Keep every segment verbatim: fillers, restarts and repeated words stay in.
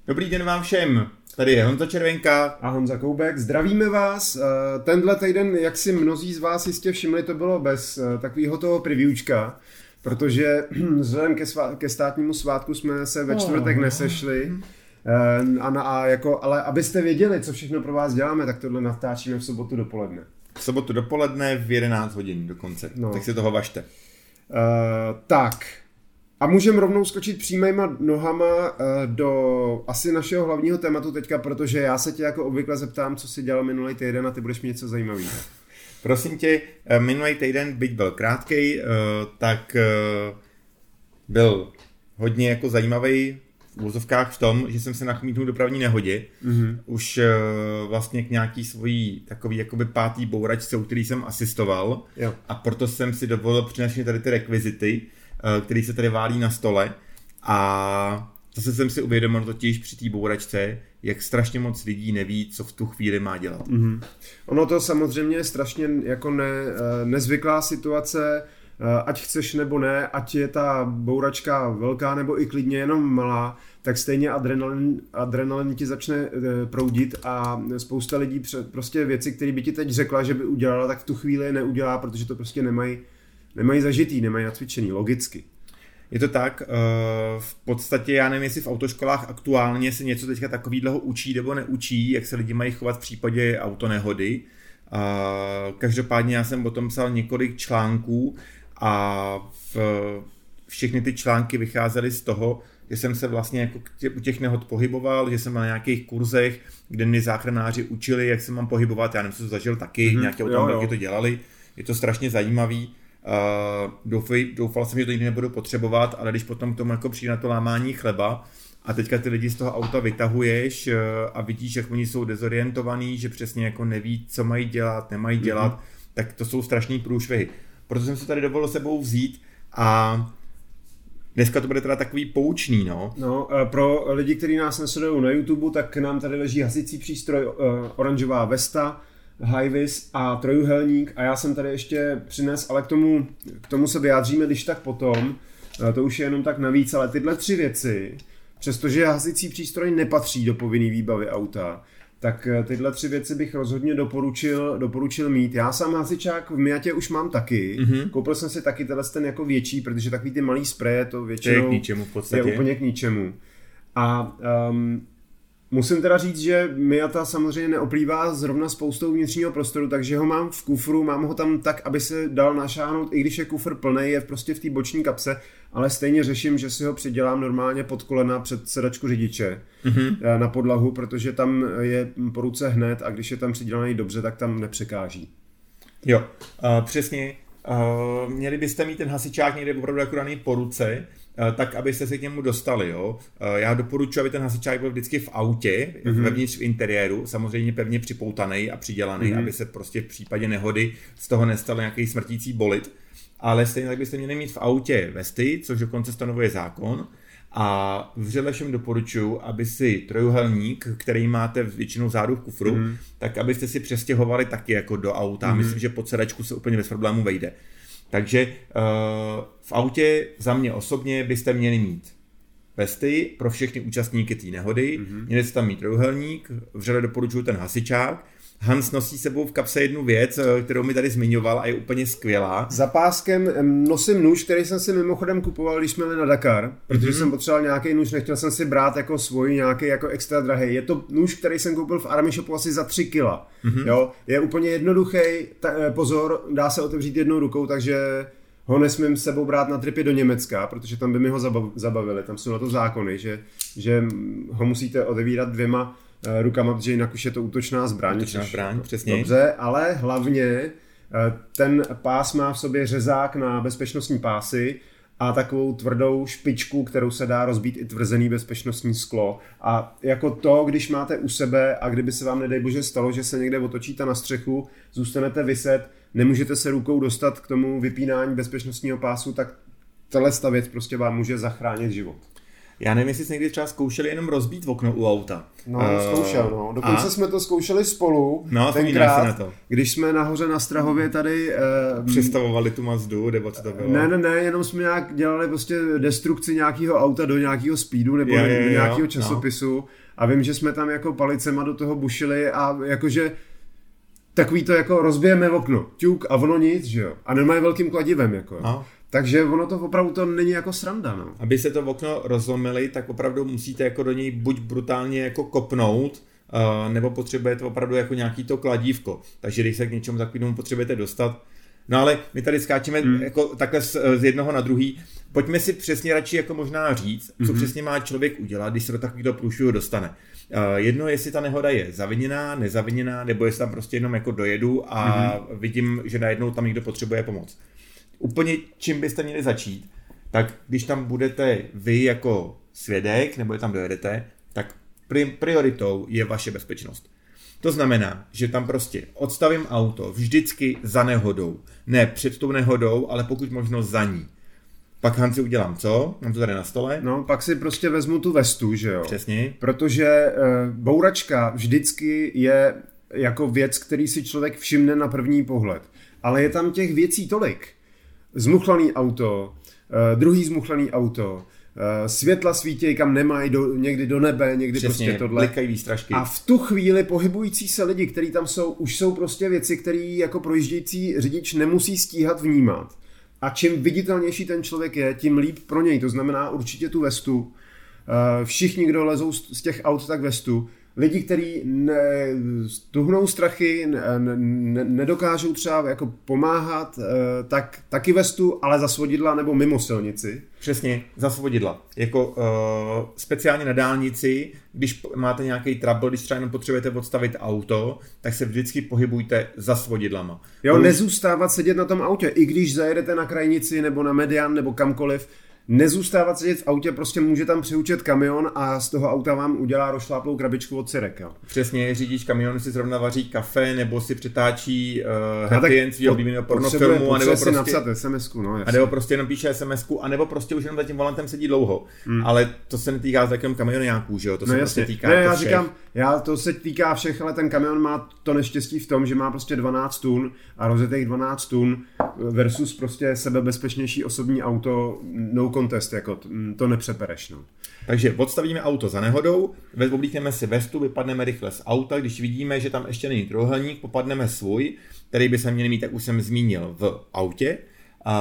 Dobrý den vám všem, tady je Honza Červenka a Honza Koubek. Zdravíme vás. Tenhle týden, jak si mnozí z vás jistě všimli, to bylo bez takového toho previewčka, protože vzhledem ke, svá- ke státnímu svátku jsme se ve čtvrtek nesešli. A, na, a jako, ale abyste věděli, co všechno pro vás děláme, tak tohle natáčíme v sobotu dopoledne. V sobotu dopoledne v jedenáct hodin dokonce, no. Tak si toho važte. Uh, tak, a můžeme rovnou skočit přímýma nohama uh, do asi našeho hlavního tématu teďka, protože já se tě jako obvykle zeptám, co jsi dělal minulý týden a ty budeš mít něco zajímavého. Prosím tě, minulý týden, byť byl krátkej, uh, tak uh, byl hodně jako zajímavý v úzovkách v tom, že jsem se nachmítnul dopravní nehodě. Mm-hmm. Už uh, vlastně k nějaký svojí takový jakoby pátý bouračce, u který jsem asistoval. Jo. A proto jsem si dovolil přinést tady ty rekvizity, uh, které se tady válí na stole. A zase jsem si uvědomil totiž při té bouračce, jak strašně moc lidí neví, co v tu chvíli má dělat. Mm-hmm. Ono to samozřejmě je strašně jako ne, nezvyklá situace, ať chceš nebo ne, ať je ta bouračka velká nebo i klidně jenom malá, tak stejně adrenalin, adrenalin ti začne proudit a spousta lidí prostě věci, které by ti teď řekla, že by udělala, tak v tu chvíli neudělá, protože to prostě nemají, nemají zažitý, nemají nacvičený, logicky. Je to tak, v podstatě já nevím, jestli v autoškolách aktuálně se něco teďka takovýhleho učí nebo neučí, jak se lidi mají chovat v případě autonehody. Každopádně já jsem o tom psal několik článků a v, všechny ty články vycházely z toho, že jsem se vlastně jako u těch nehod pohyboval, že jsem na nějakých kurzech, kde mě záchranáři učili, jak se mám pohybovat, já nevím, co to zažil taky, mm-hmm. nějaké automobilky to dělali, je to strašně zajímavý. Uh, doufaj, doufal jsem, že to nikdy nebudu potřebovat, ale když potom k tomu jako přijde na to lámání chleba a teďka ty lidi z toho auta vytahuješ uh, a vidíš, jak oni jsou dezorientovaní, že přesně jako neví, co mají dělat, nemají dělat, mm-hmm. tak to jsou strašný průšvihy. Proto jsem se tady dovolil sebou vzít a dneska to bude teda takový poučný, no. No, pro lidi, kteří nás nesledují na YouTube, tak nám tady leží hasicí přístroj, uh, oranžová vesta, high-vis a trojuhelník a já jsem tady ještě přines, ale k tomu, k tomu se vyjádříme když tak potom, to už je jenom tak navíc, ale tyhle tři věci, přestože hasicí přístroj nepatří do povinné výbavy auta, tak tyhle tři věci bych rozhodně doporučil, doporučil mít. Já sám hasičák v Miatě už mám taky, mm-hmm. koupil jsem si taky tenhle ten jako větší, protože takový ty malý spreje to většinou je k ničemu v podstatě. Je úplně k ničemu. A um, musím teda říct, že Miata samozřejmě neoplývá zrovna spoustou vnitřního prostoru, takže ho mám v kufru, mám ho tam tak, aby se dal našáhnout, i když je kufr plný, je prostě v té boční kapse, ale stejně řeším, že si ho přidělám normálně pod kolena před sedačku řidiče mm-hmm. na podlahu, protože tam je po ruce hned a když je tam přidělaný dobře, tak tam nepřekáží. Jo, uh, přesně. Uh, měli byste mít ten hasičák někde opravdu jako daný po ruce, uh, tak abyste se k němu dostali. Jo? Uh, já doporučuji, aby ten hasičák byl vždycky v autě, mm-hmm. vevnitř v interiéru, samozřejmě pevně připoutaný a přidělaný, mm-hmm. aby se prostě v případě nehody z toho nestal nějaký smrtící bolit. Ale stejně tak byste měli mít v autě vesty, což dokonce stanovuje zákon. A vřele všem doporučuji, aby si trojuhelník, který máte většinou vzadu v kufru, mm. tak abyste si přestěhovali taky jako do auta. Mm. Myslím, že pod sedačku se úplně bez problémů vejde. Takže uh, v autě za mě osobně byste měli mít vesty pro všechny účastníky té nehody. Mm. Měli jste tam mít trojuhelník, vřele doporučuji ten hasičák. Hans nosí sebou v kapse jednu věc, kterou mi tady zmiňoval a je úplně skvělá. Za páskem nosím nůž, který jsem si mimochodem kupoval, když jsme jeli na Dakar, protože mm-hmm. jsem potřeboval nějaký nůž, nechtěl jsem si brát jako svůj nějaký jako extra drahý. Je to nůž, který jsem koupil v Army Shopu asi za tři kila. Mm-hmm. Jo? Je úplně jednoduchý, ta, pozor, dá se otevřít jednou rukou, takže ho nesmím s sebou brát na tripy do Německa, protože tam by mi ho zabavili, tam jsou na to zákony, že, že ho musíte otevírat dvěma rukama, protože jinak už je to útočná zbraň. Útočná zbraň, přesně. Dobře, ale hlavně ten pás má v sobě řezák na bezpečnostní pásy a takovou tvrdou špičku, kterou se dá rozbít i tvrzený bezpečnostní sklo. A jako to, když máte u sebe a kdyby se vám nedej bože stalo, že se někde otočíte na střechu, zůstanete viset, nemůžete se rukou dostat k tomu vypínání bezpečnostního pásu, tak tahle věc prostě vám může zachránit život. Já nevím, jestli jste někdy třeba zkoušeli jenom rozbít okno u auta. No, uh, zkoušel, no. Dokonce a? jsme to zkoušeli spolu. No, tenkrát, na to. Když jsme nahoře na Strahově tady... Uh, Představovali tu Mazdu, nebo co to bylo? Ne, ne, ne, jenom jsme nějak dělali prostě destrukci nějakého auta do nějakého speedu, nebo je, je, do nějakého časopisu. No. A vím, že jsme tam jako palicema do toho bušili a jakože takový to jako rozbijeme okno, ťuk a ono nic, že jo. A normálně velkým kladivem, jako. No. Takže ono to opravdu to není jako sranda, no. Aby se to okno rozlomili, tak opravdu musíte jako do něj buď brutálně jako kopnout, uh, nebo potřebujete opravdu jako nějaký to kladívko. Takže když se k něčemu takovému potřebujete dostat. No ale my tady skáčeme hmm. jako takhle z, z jednoho na druhý. Pojďme si přesně radši jako možná říct, co hmm. přesně má člověk udělat, když se do takového průšvihu dostane. Uh, jedno, jestli ta nehoda je zaviněná, nezaviněná, nebo jestli tam prostě jenom jako dojedu a hmm. vidím, že najednou tam někdo potřebuje pomoc. Úplně čím byste měli začít, tak když tam budete vy jako svědek, nebo je tam dojedete, tak prioritou je vaše bezpečnost. To znamená, že tam prostě odstavím auto vždycky za nehodou. Ne před tou nehodou, ale pokud možno za ní. Pak, Hanci, udělám co? Mám to tady na stole. No, pak si prostě vezmu tu vestu, že jo? Přesně. Protože e, bouračka vždycky je jako věc, který si člověk všimne na první pohled. Ale je tam těch věcí tolik. Zmuchlaný auto, uh, druhý zmuchlaný auto, uh, světla svítějí kam nemají, do, někdy do nebe, někdy přesně, prostě tohle. Blikají výstražky. A v tu chvíli pohybující se lidi, kteří tam jsou, už jsou prostě věci, které jako projíždějící řidič nemusí stíhat vnímat. A čím viditelnější ten člověk je, tím líp pro něj. To znamená určitě tu vestu. Uh, všichni, kdo lezou z těch aut, tak vestu. Lidi, kteří ne, tuhnou strachy, ne, ne, nedokážou třeba jako pomáhat, tak taky vestu, ale za svodidla nebo mimo silnici. Přesně, za svodidla. Jako uh, speciálně na dálnici, když máte nějaký trouble, když třeba jenom potřebujete odstavit auto, tak se vždycky pohybujte za svodidlama. Jo, Už... nezůstávat sedět na tom autě, i když zajedete na krajnici nebo na median nebo kamkoliv, nezůstávat sedět v autě, prostě může tam přiučet kamion a z toho auta vám udělá rozšláplou krabičku od syrek. Jo. Přesně, řidič kamionu si zrovna vaří kafe, nebo si přetáčí uh, happy end svýho oblíbeného pornofilmu, a nebo si prostě napsat es em esku, no, a nebo prostě jenom píše es em esku, a nebo prostě už jenom za tím volantem sedí dlouho. Hmm. Ale to se netýká takovým kamionáků, že jo? To no se jasně. prostě týká ne, jako já všech. říkám, já to se týká všech, ale ten kamion má to neštěstí v tom, že má prostě dvanáct tun a rozjetých dvanáct tun versus prostě sebebezpečnější osobní auto, no contest, jako to nepřepereš, no. Takže odstavíme auto za nehodou, oblíkneme si vestu, vypadneme rychle z auta, když vidíme, že tam ještě není trojúhelník, popadneme svůj, který by se měli mít, jak už jsem zmínil, v autě. A,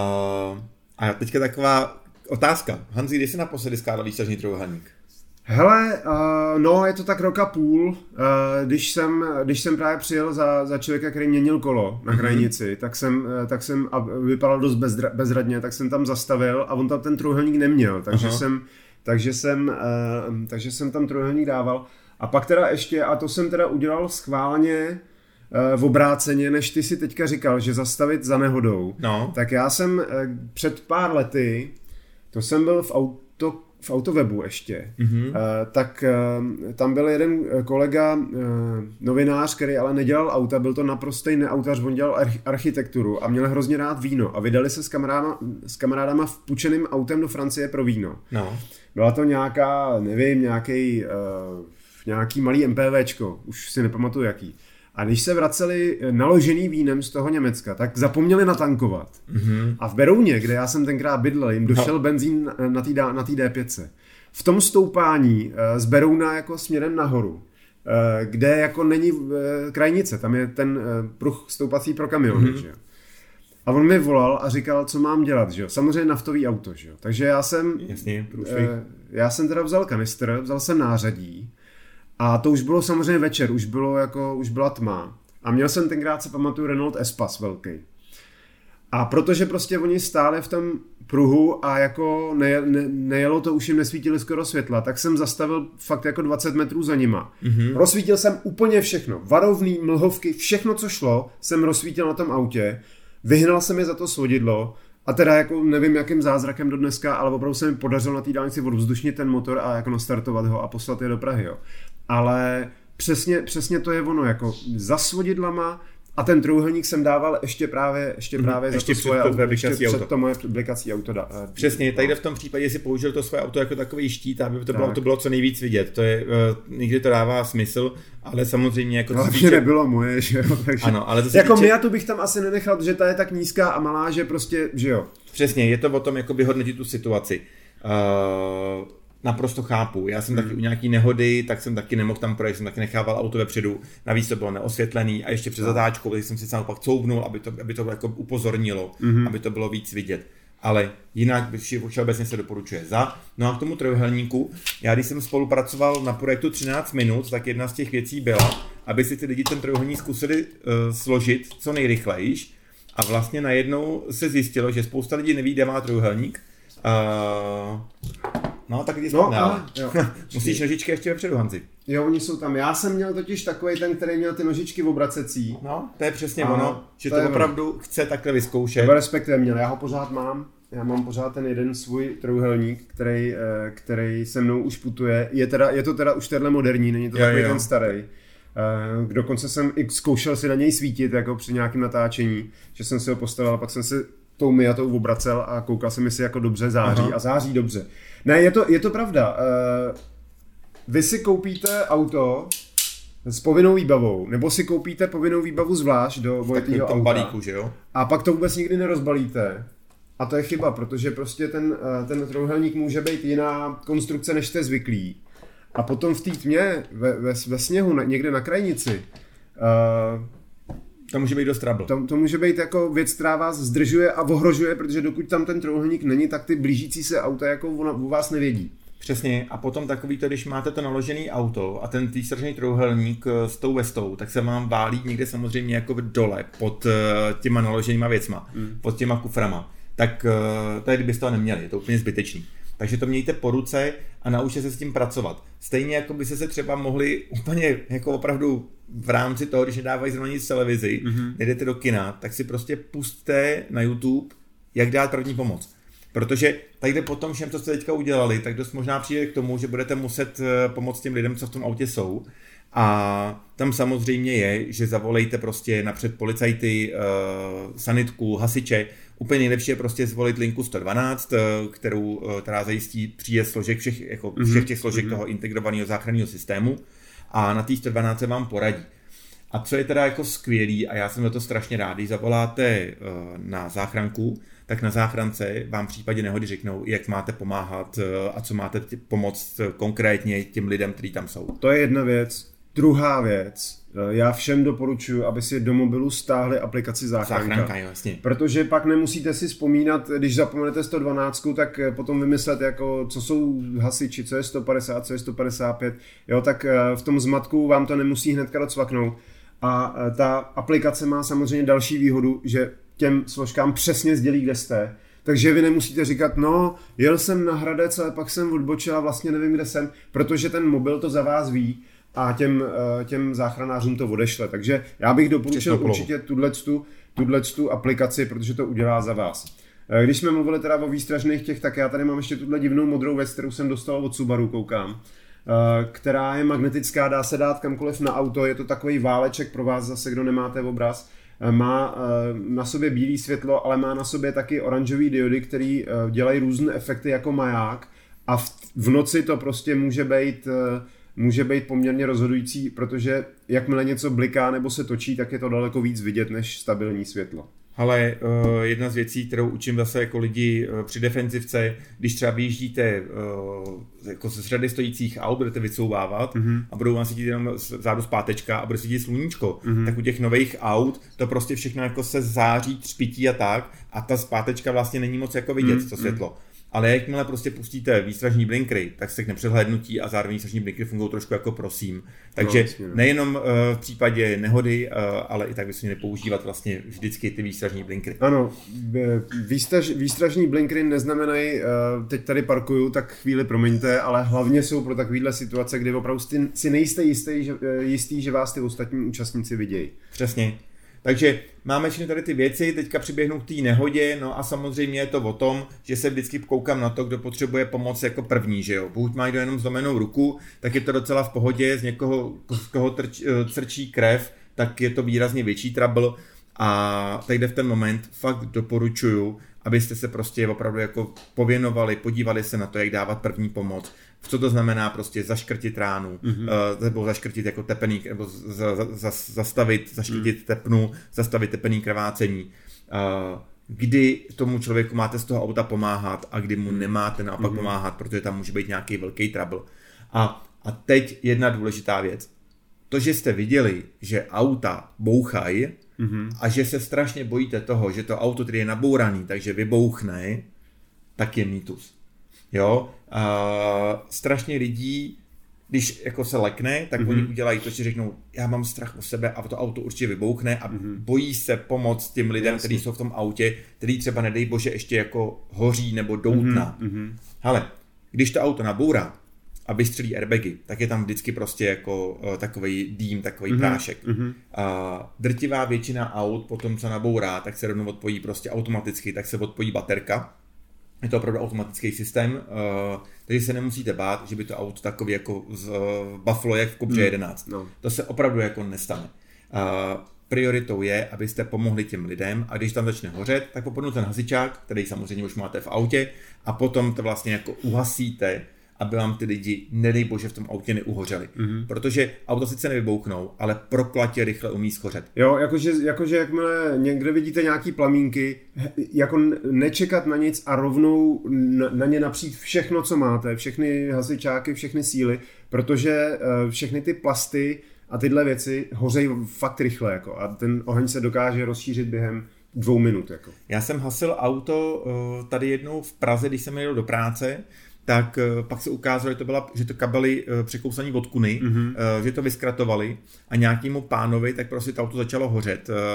a teďka taková otázka. Hanzi, kdy jsi naposledy skládal výstražný trojúhelník? Hele, uh, no je to tak roka půl, uh, když, jsem, když jsem právě přijel za, za člověka, který měnil kolo na krajnici, mm-hmm. tak jsem, tak jsem a vypadal dost bezra, bezradně, tak jsem tam zastavil a on tam ten trojúhelník neměl, takže Aha. jsem, takže jsem, uh, takže jsem tam trojúhelník dával. A pak teda ještě, a to jsem teda udělal schválně uh, v obráceně, než ty si teďka říkal, že zastavit za nehodou, no. tak já jsem uh, před pár lety, to jsem byl v auto v Autowebu ještě, mm-hmm. uh, tak uh, tam byl jeden kolega, uh, novinář, který ale nedělal auta, byl to naprostej neautař, on dělal arch- architekturu a měl hrozně rád víno a vydali se s kamarádama, s kamarádama v půjčeným autem do Francie pro víno. No. Byla to nějaká, nevím, nějaký, uh, nějaký malý MPVčko, už si nepamatuju jaký. A když se vraceli naložený vínem z toho Německa, tak zapomněli natankovat. Mm-hmm. A v Berouně, kde já jsem tenkrát bydlel, jim došel no. benzín na té na dé pět. V tom stoupání z Berouna jako směrem nahoru, kde jako není krajnice, tam je ten pruh stoupací pro kamiony, mm-hmm. že jo. A on mi volal a říkal, co mám dělat, že jo. Samozřejmě naftový auto, že jo. Takže já jsem, Jasně, já jsem teda vzal kanistr, vzal jsem nářadí. A to už bylo samozřejmě večer, už bylo jako, už byla tma. A měl jsem tenkrát, se pamatuju, Renault Espas velký. A protože prostě oni stáli v tom pruhu a jako ne, ne, nejelo to, už jim nesvítili skoro světla, tak jsem zastavil fakt jako dvacet metrů za nima. Mm-hmm. Rozsvítil jsem úplně všechno. Varovný, mlhovky, všechno, co šlo, jsem rozsvítil na tom autě. Vyhnal jsem je za to svodidlo. A teda jako nevím, jakým zázrakem do dneska, ale opravdu se mi podařilo na té dálnici odvzdušnit ten motor a jako nastartovat ho a poslat je do Prahy, jo. Ale přesně, přesně to je ono, jako za svodidlama A ten trojúhelník jsem dával ještě právě, ještě právě ještě za to svoje auto, ještě před auto. to moje publikací auto. Da, Přesně, tady v tom případě si použil to svoje auto jako takový štít, aby to bylo, to bylo co nejvíc vidět. To je, uh, někdy to dává smysl, ale samozřejmě jako... Ale to nebylo moje, že jo. Takže... Ano, ale to jako týče... Miatu bych tam asi nenechal, že ta je tak nízká a malá, že prostě, že jo. Přesně, je to o tom jako vyhodnotit tu situaci. Uh, naprosto chápu. Já jsem hmm. taky u nějaký nehody, tak jsem taky nemohl tam projet, jsem taky nechával auto vepředu, navíc to bylo neosvětlený a ještě před zatáčkou, takže jsem si sám pak couvnul, aby to, aby to jako upozornilo, hmm. aby to bylo víc vidět. Ale jinak všeobecně se doporučuje za. No a k tomu trojúhelníku, já když jsem spolupracoval na projektu třináct minut, tak jedna z těch věcí byla, aby si ty lidi ten trojúhelník zkusili uh, složit co nejrychlejš a vlastně najednou se zjistilo, že spousta lidí neví, kde má trojúhelník. Uh, no, tak lidi spadne, no, ale musíš nožičky ještě vepředu, Hanzi. Jo, oni jsou tam. Já jsem měl totiž takový ten, který měl ty nožičky v obracecí. No, to je přesně a ono, že to, to opravdu ono. Chce takhle vyzkoušet. Nebo respektive měl, já ho pořád mám. Já mám pořád ten jeden svůj trojúhelník, který, který se mnou už putuje. Je, teda, je to teda už tenhle moderní, není to jo, takový jo. ten starý. Dokonce jsem i zkoušel si na něj svítit jako při nějakém natáčení, že jsem si ho postavil a pak jsem si tou Miatou obracel a koukal jsem, jestli jako dobře září. Aha. A září dobře. Ne, je to, je to pravda. Vy si koupíte auto s povinnou výbavou, nebo si koupíte povinnou výbavu zvlášť do Vojtýho auta. Balíku, že jo? A pak to vůbec nikdy nerozbalíte. A to je chyba, protože prostě ten, ten trojúhelník může být jiná konstrukce, než jste zvyklí. A potom v té tmě, ve, ve, ve sněhu, na, někde na krajnici, uh, to může být dost trouble. To, to může být jako věc, která vás zdržuje a ohrožuje, protože dokud tam ten trojúhelník není, tak ty blížící se auta jako u vás nevědí. Přesně, a potom takový to, když máte to naložený auto a ten výstražný trojúhelník s tou vestou, tak se vám válí někde samozřejmě jako dole pod těma naloženýma věcma, mm. pod těma kuframa. Tak to je, kdybyste to neměli, je to úplně zbytečný. Takže to mějte po ruce a naučte se s tím pracovat. Stejně jako byste se třeba mohli úplně jako opravdu v rámci toho, když nedávají zrovna nic z televizi, mm-hmm. nejdete do kina, tak si prostě pusťte na YouTube, jak dát první pomoc. Protože tady potom všem, co jste teďka udělali, tak dost možná přijde k tomu, že budete muset pomoct těm lidem, co v tom autě jsou. A tam samozřejmě je, že zavolejte prostě napřed policajty, sanitku, hasiče. Úplně nejlepší je prostě zvolit linku sto dvanáct, kterou, která zajistí příjezd složek všech, jako všech těch složek mm-hmm. toho integrovaného záchranného systému a na té sto dvanáct se vám poradí. A co je teda jako skvělý, a já jsem za to strašně rád, když zavoláte na záchranku, tak na záchrance vám v případě nehody řeknou, jak máte pomáhat a co máte pomoct konkrétně těm lidem, kteří tam jsou. To je jedna věc. Druhá věc, já všem doporučuji, aby si do mobilu stáhli aplikaci Záchranka. Záchranka, jo, jasně. Protože pak nemusíte si vzpomínat, když zapomenete sto dvanáct, tak potom vymyslet, jako, co jsou hasiči, co je sto padesát, co je sto padesát pět. Jo, tak v tom zmatku vám to nemusí hnedka docvaknout. A ta aplikace má samozřejmě další výhodu, že těm složkám přesně sdělí, kde jste. Takže vy nemusíte říkat, no, jel jsem na Hradec, ale pak jsem odbočil a vlastně nevím, kde jsem, protože ten mobil to za vás ví a těm, těm záchranářům to odešle. Takže já bych doporučil určitě tuto aplikaci, protože to udělá za vás. Když jsme mluvili teda o výstražných těch, tak já tady mám ještě tuhle divnou modrou věc, kterou jsem dostal od Subaru, koukám, která je magnetická, dá se dát kamkoliv na auto, je to takový váleček pro vás zase, kdo nemáte obraz. Má na sobě bílé světlo, ale má na sobě taky oranžový diody, které dělají různé efekty jako maják a v, v noci to prostě může být, může být poměrně rozhodující, protože jakmile něco bliká nebo se točí, tak je to daleko víc vidět než stabilní světlo. Ale uh, jedna z věcí, kterou učím zase jako lidi uh, při defenzivce, když třeba vyjíždíte uh, jako ze řady stojících aut, budete vycouvávat mm-hmm. a budou vám svítit jenom zádu zpátečka a bude svítit sluníčko, mm-hmm. tak u těch nových aut to prostě všechno jako se září, třpití a tak a ta zpátečka vlastně není moc jako vidět, mm-hmm. to světlo. Ale jakmile prostě pustíte výstražní blinkry, tak se k nepřehlédnutí a zároveň výstražní blinkry fungují trošku jako prosím. Takže no, nejenom uh, v případě nehody, uh, ale i tak by se měli používat vlastně vždycky ty výstražní blinkry. Ano, výstraž, výstražní blinkry neznamenají, uh, teď tady parkuju, tak chvíli promiňte, ale hlavně jsou pro takovýhle situace, kdy opravdu si nejste jistý, že, jistý, že vás ty ostatní účastníci vidějí. Přesně. Takže máme všechny tady ty věci, teďka přiběhnu k té nehodě, no a samozřejmě je to o tom, že se vždycky koukám na to, kdo potřebuje pomoc jako první, že jo. Pokud má kdo jenom zlomenou ruku, tak je to docela v pohodě, z někoho, z koho trč, crčí krev, tak je to výrazně větší trouble a tady v ten moment fakt doporučuju, abyste se prostě opravdu jako pověnovali, podívali se na to, jak dávat první pomoc, co to znamená prostě zaškrtit ránu, mm-hmm. uh, nebo zaškrtit jako tepený, nebo za, za, za, zastavit, zaškrtit mm. tepnu, zastavit tepený krvácení. Uh, kdy tomu člověku máte z toho auta pomáhat a kdy mu nemáte naopak mm-hmm. pomáhat, protože tam může být nějaký velký trouble. A, a teď jedna důležitá věc. To, že jste viděli, že auta bouchají mm-hmm. a že se strašně bojíte toho, že to auto, který je nabouraný, takže vybouchne, tak je mýtus. Jo? Uh, strašně lidí, když jako se lekne, tak mm-hmm. oni udělají to, že řeknou, já mám strach o sebe a to auto určitě vybouchne a mm-hmm. bojí se pomoct těm lidem, kteří jsou v tom autě, který třeba nedej bože ještě jako hoří nebo doutná. Mm-hmm. Hele, když to auto nabourá a vystřelí airbagy, tak je tam vždycky prostě jako uh, takovej dým, takovej mm-hmm. prášek. Mm-hmm. Uh, drtivá většina aut potom, co nabourá, tak se rovnou odpojí prostě automaticky, tak se odpojí baterka. Je to opravdu automatický systém, uh, takže se nemusíte bát, že by to auto takový jako z uh, Buffalo jak v Cobře jedenáct. No. To se opravdu jako nestane. Uh, prioritou je, abyste pomohli těm lidem a když tam začne hořet, tak popodnu ten hasičák, který samozřejmě už máte v autě a potom to vlastně jako uhasíte, aby vám ty lidi, nedej bože, v tom autě neuhořeli. Mm-hmm. Protože auto sice nevybouchnou, ale proklatě rychle umí schořet. Jo, jakože, jakože jakmile někde vidíte nějaký plamínky, jako nečekat na nic a rovnou na, na ně napřít všechno, co máte, všechny hasičáky, všechny síly, protože uh, všechny ty plasty a tyhle věci hořejí fakt rychle. Jako, a ten oheň se dokáže rozšířit během dvou minut. Jako. Já jsem hasil auto uh, tady jednou v Praze, když jsem jel do práce, tak uh, pak se ukázalo, že to, byla, že to kabely uh, překousaný od kuny, mm-hmm. uh, že to vyskratovali a nějakému pánovi, tak prostě to auto začalo hořet uh,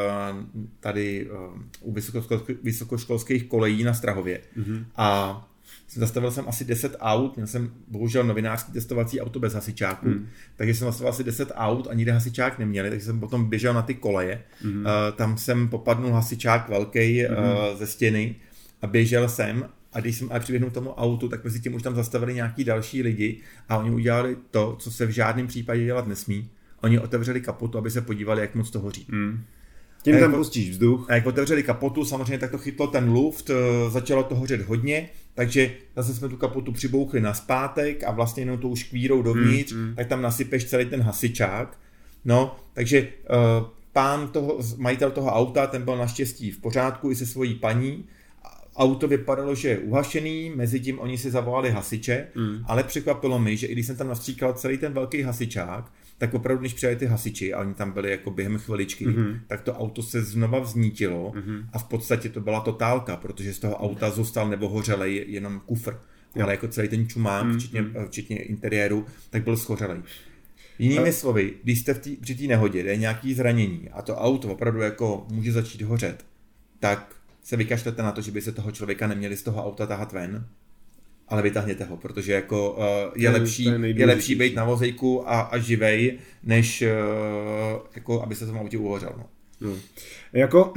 tady uh, u vysokoškolských, vysokoškolských kolejí na Strahově. Mm-hmm. A zastavil jsem asi deset aut, měl jsem bohužel novinářský testovací auto bez hasičáků, mm. takže jsem zastavil asi deset aut a nikde hasičák neměli, takže jsem potom běžel na ty koleje. Mm. Uh, tam jsem popadnul hasičák velký mm. uh, ze stěny a běžel jsem. A když jsem ale přiběhnul k tomu autu, tak mezi tím už tam zastavili nějaký další lidi a oni udělali to, co se v žádném případě dělat nesmí. Oni otevřeli kapotu, aby se podívali, jak moc to hoří. Mm. Tím tam pustíš vzduch. A jak otevřeli kapotu, samozřejmě tak to chytlo ten luft, začalo to hořet hodně, takže zase jsme tu kapotu přibouchli nazpátek a vlastně jenom tou škvírou dovnitř, mm. tak tam nasypeš celý ten hasičák. No, takže uh, pán toho, majitel toho auta, ten byl naštěstí v pořádku i se svojí paní. Auto vypadalo, že je uhašený, mezi tím oni si zavolali hasiče, mm. ale překvapilo mi, že i když jsem tam nastříkal celý ten velký hasičák, tak opravdu, když přijeli ty hasiči a oni tam byli jako během chviličky, mm-hmm. tak to auto se znova vznítilo mm-hmm. a v podstatě to byla totálka, protože z toho auta zůstal nebo hořelej jenom kufr, jo. ale jako celý ten čumák, mm-hmm. včetně, včetně interiéru, tak byl schořelej. Jinými a... slovy, když jste v tý, při té nehodě, je nějaký zranění a to auto opravdu jako může začít hořet, tak se vykašlete na to, že by se toho člověka neměli z toho auta tahat ven, ale vytáhněte ho, protože jako uh, je, lepší, je, je lepší být na vozejku a, a živej, než uh, jako aby se tomu autě uhořel. No. No. Jako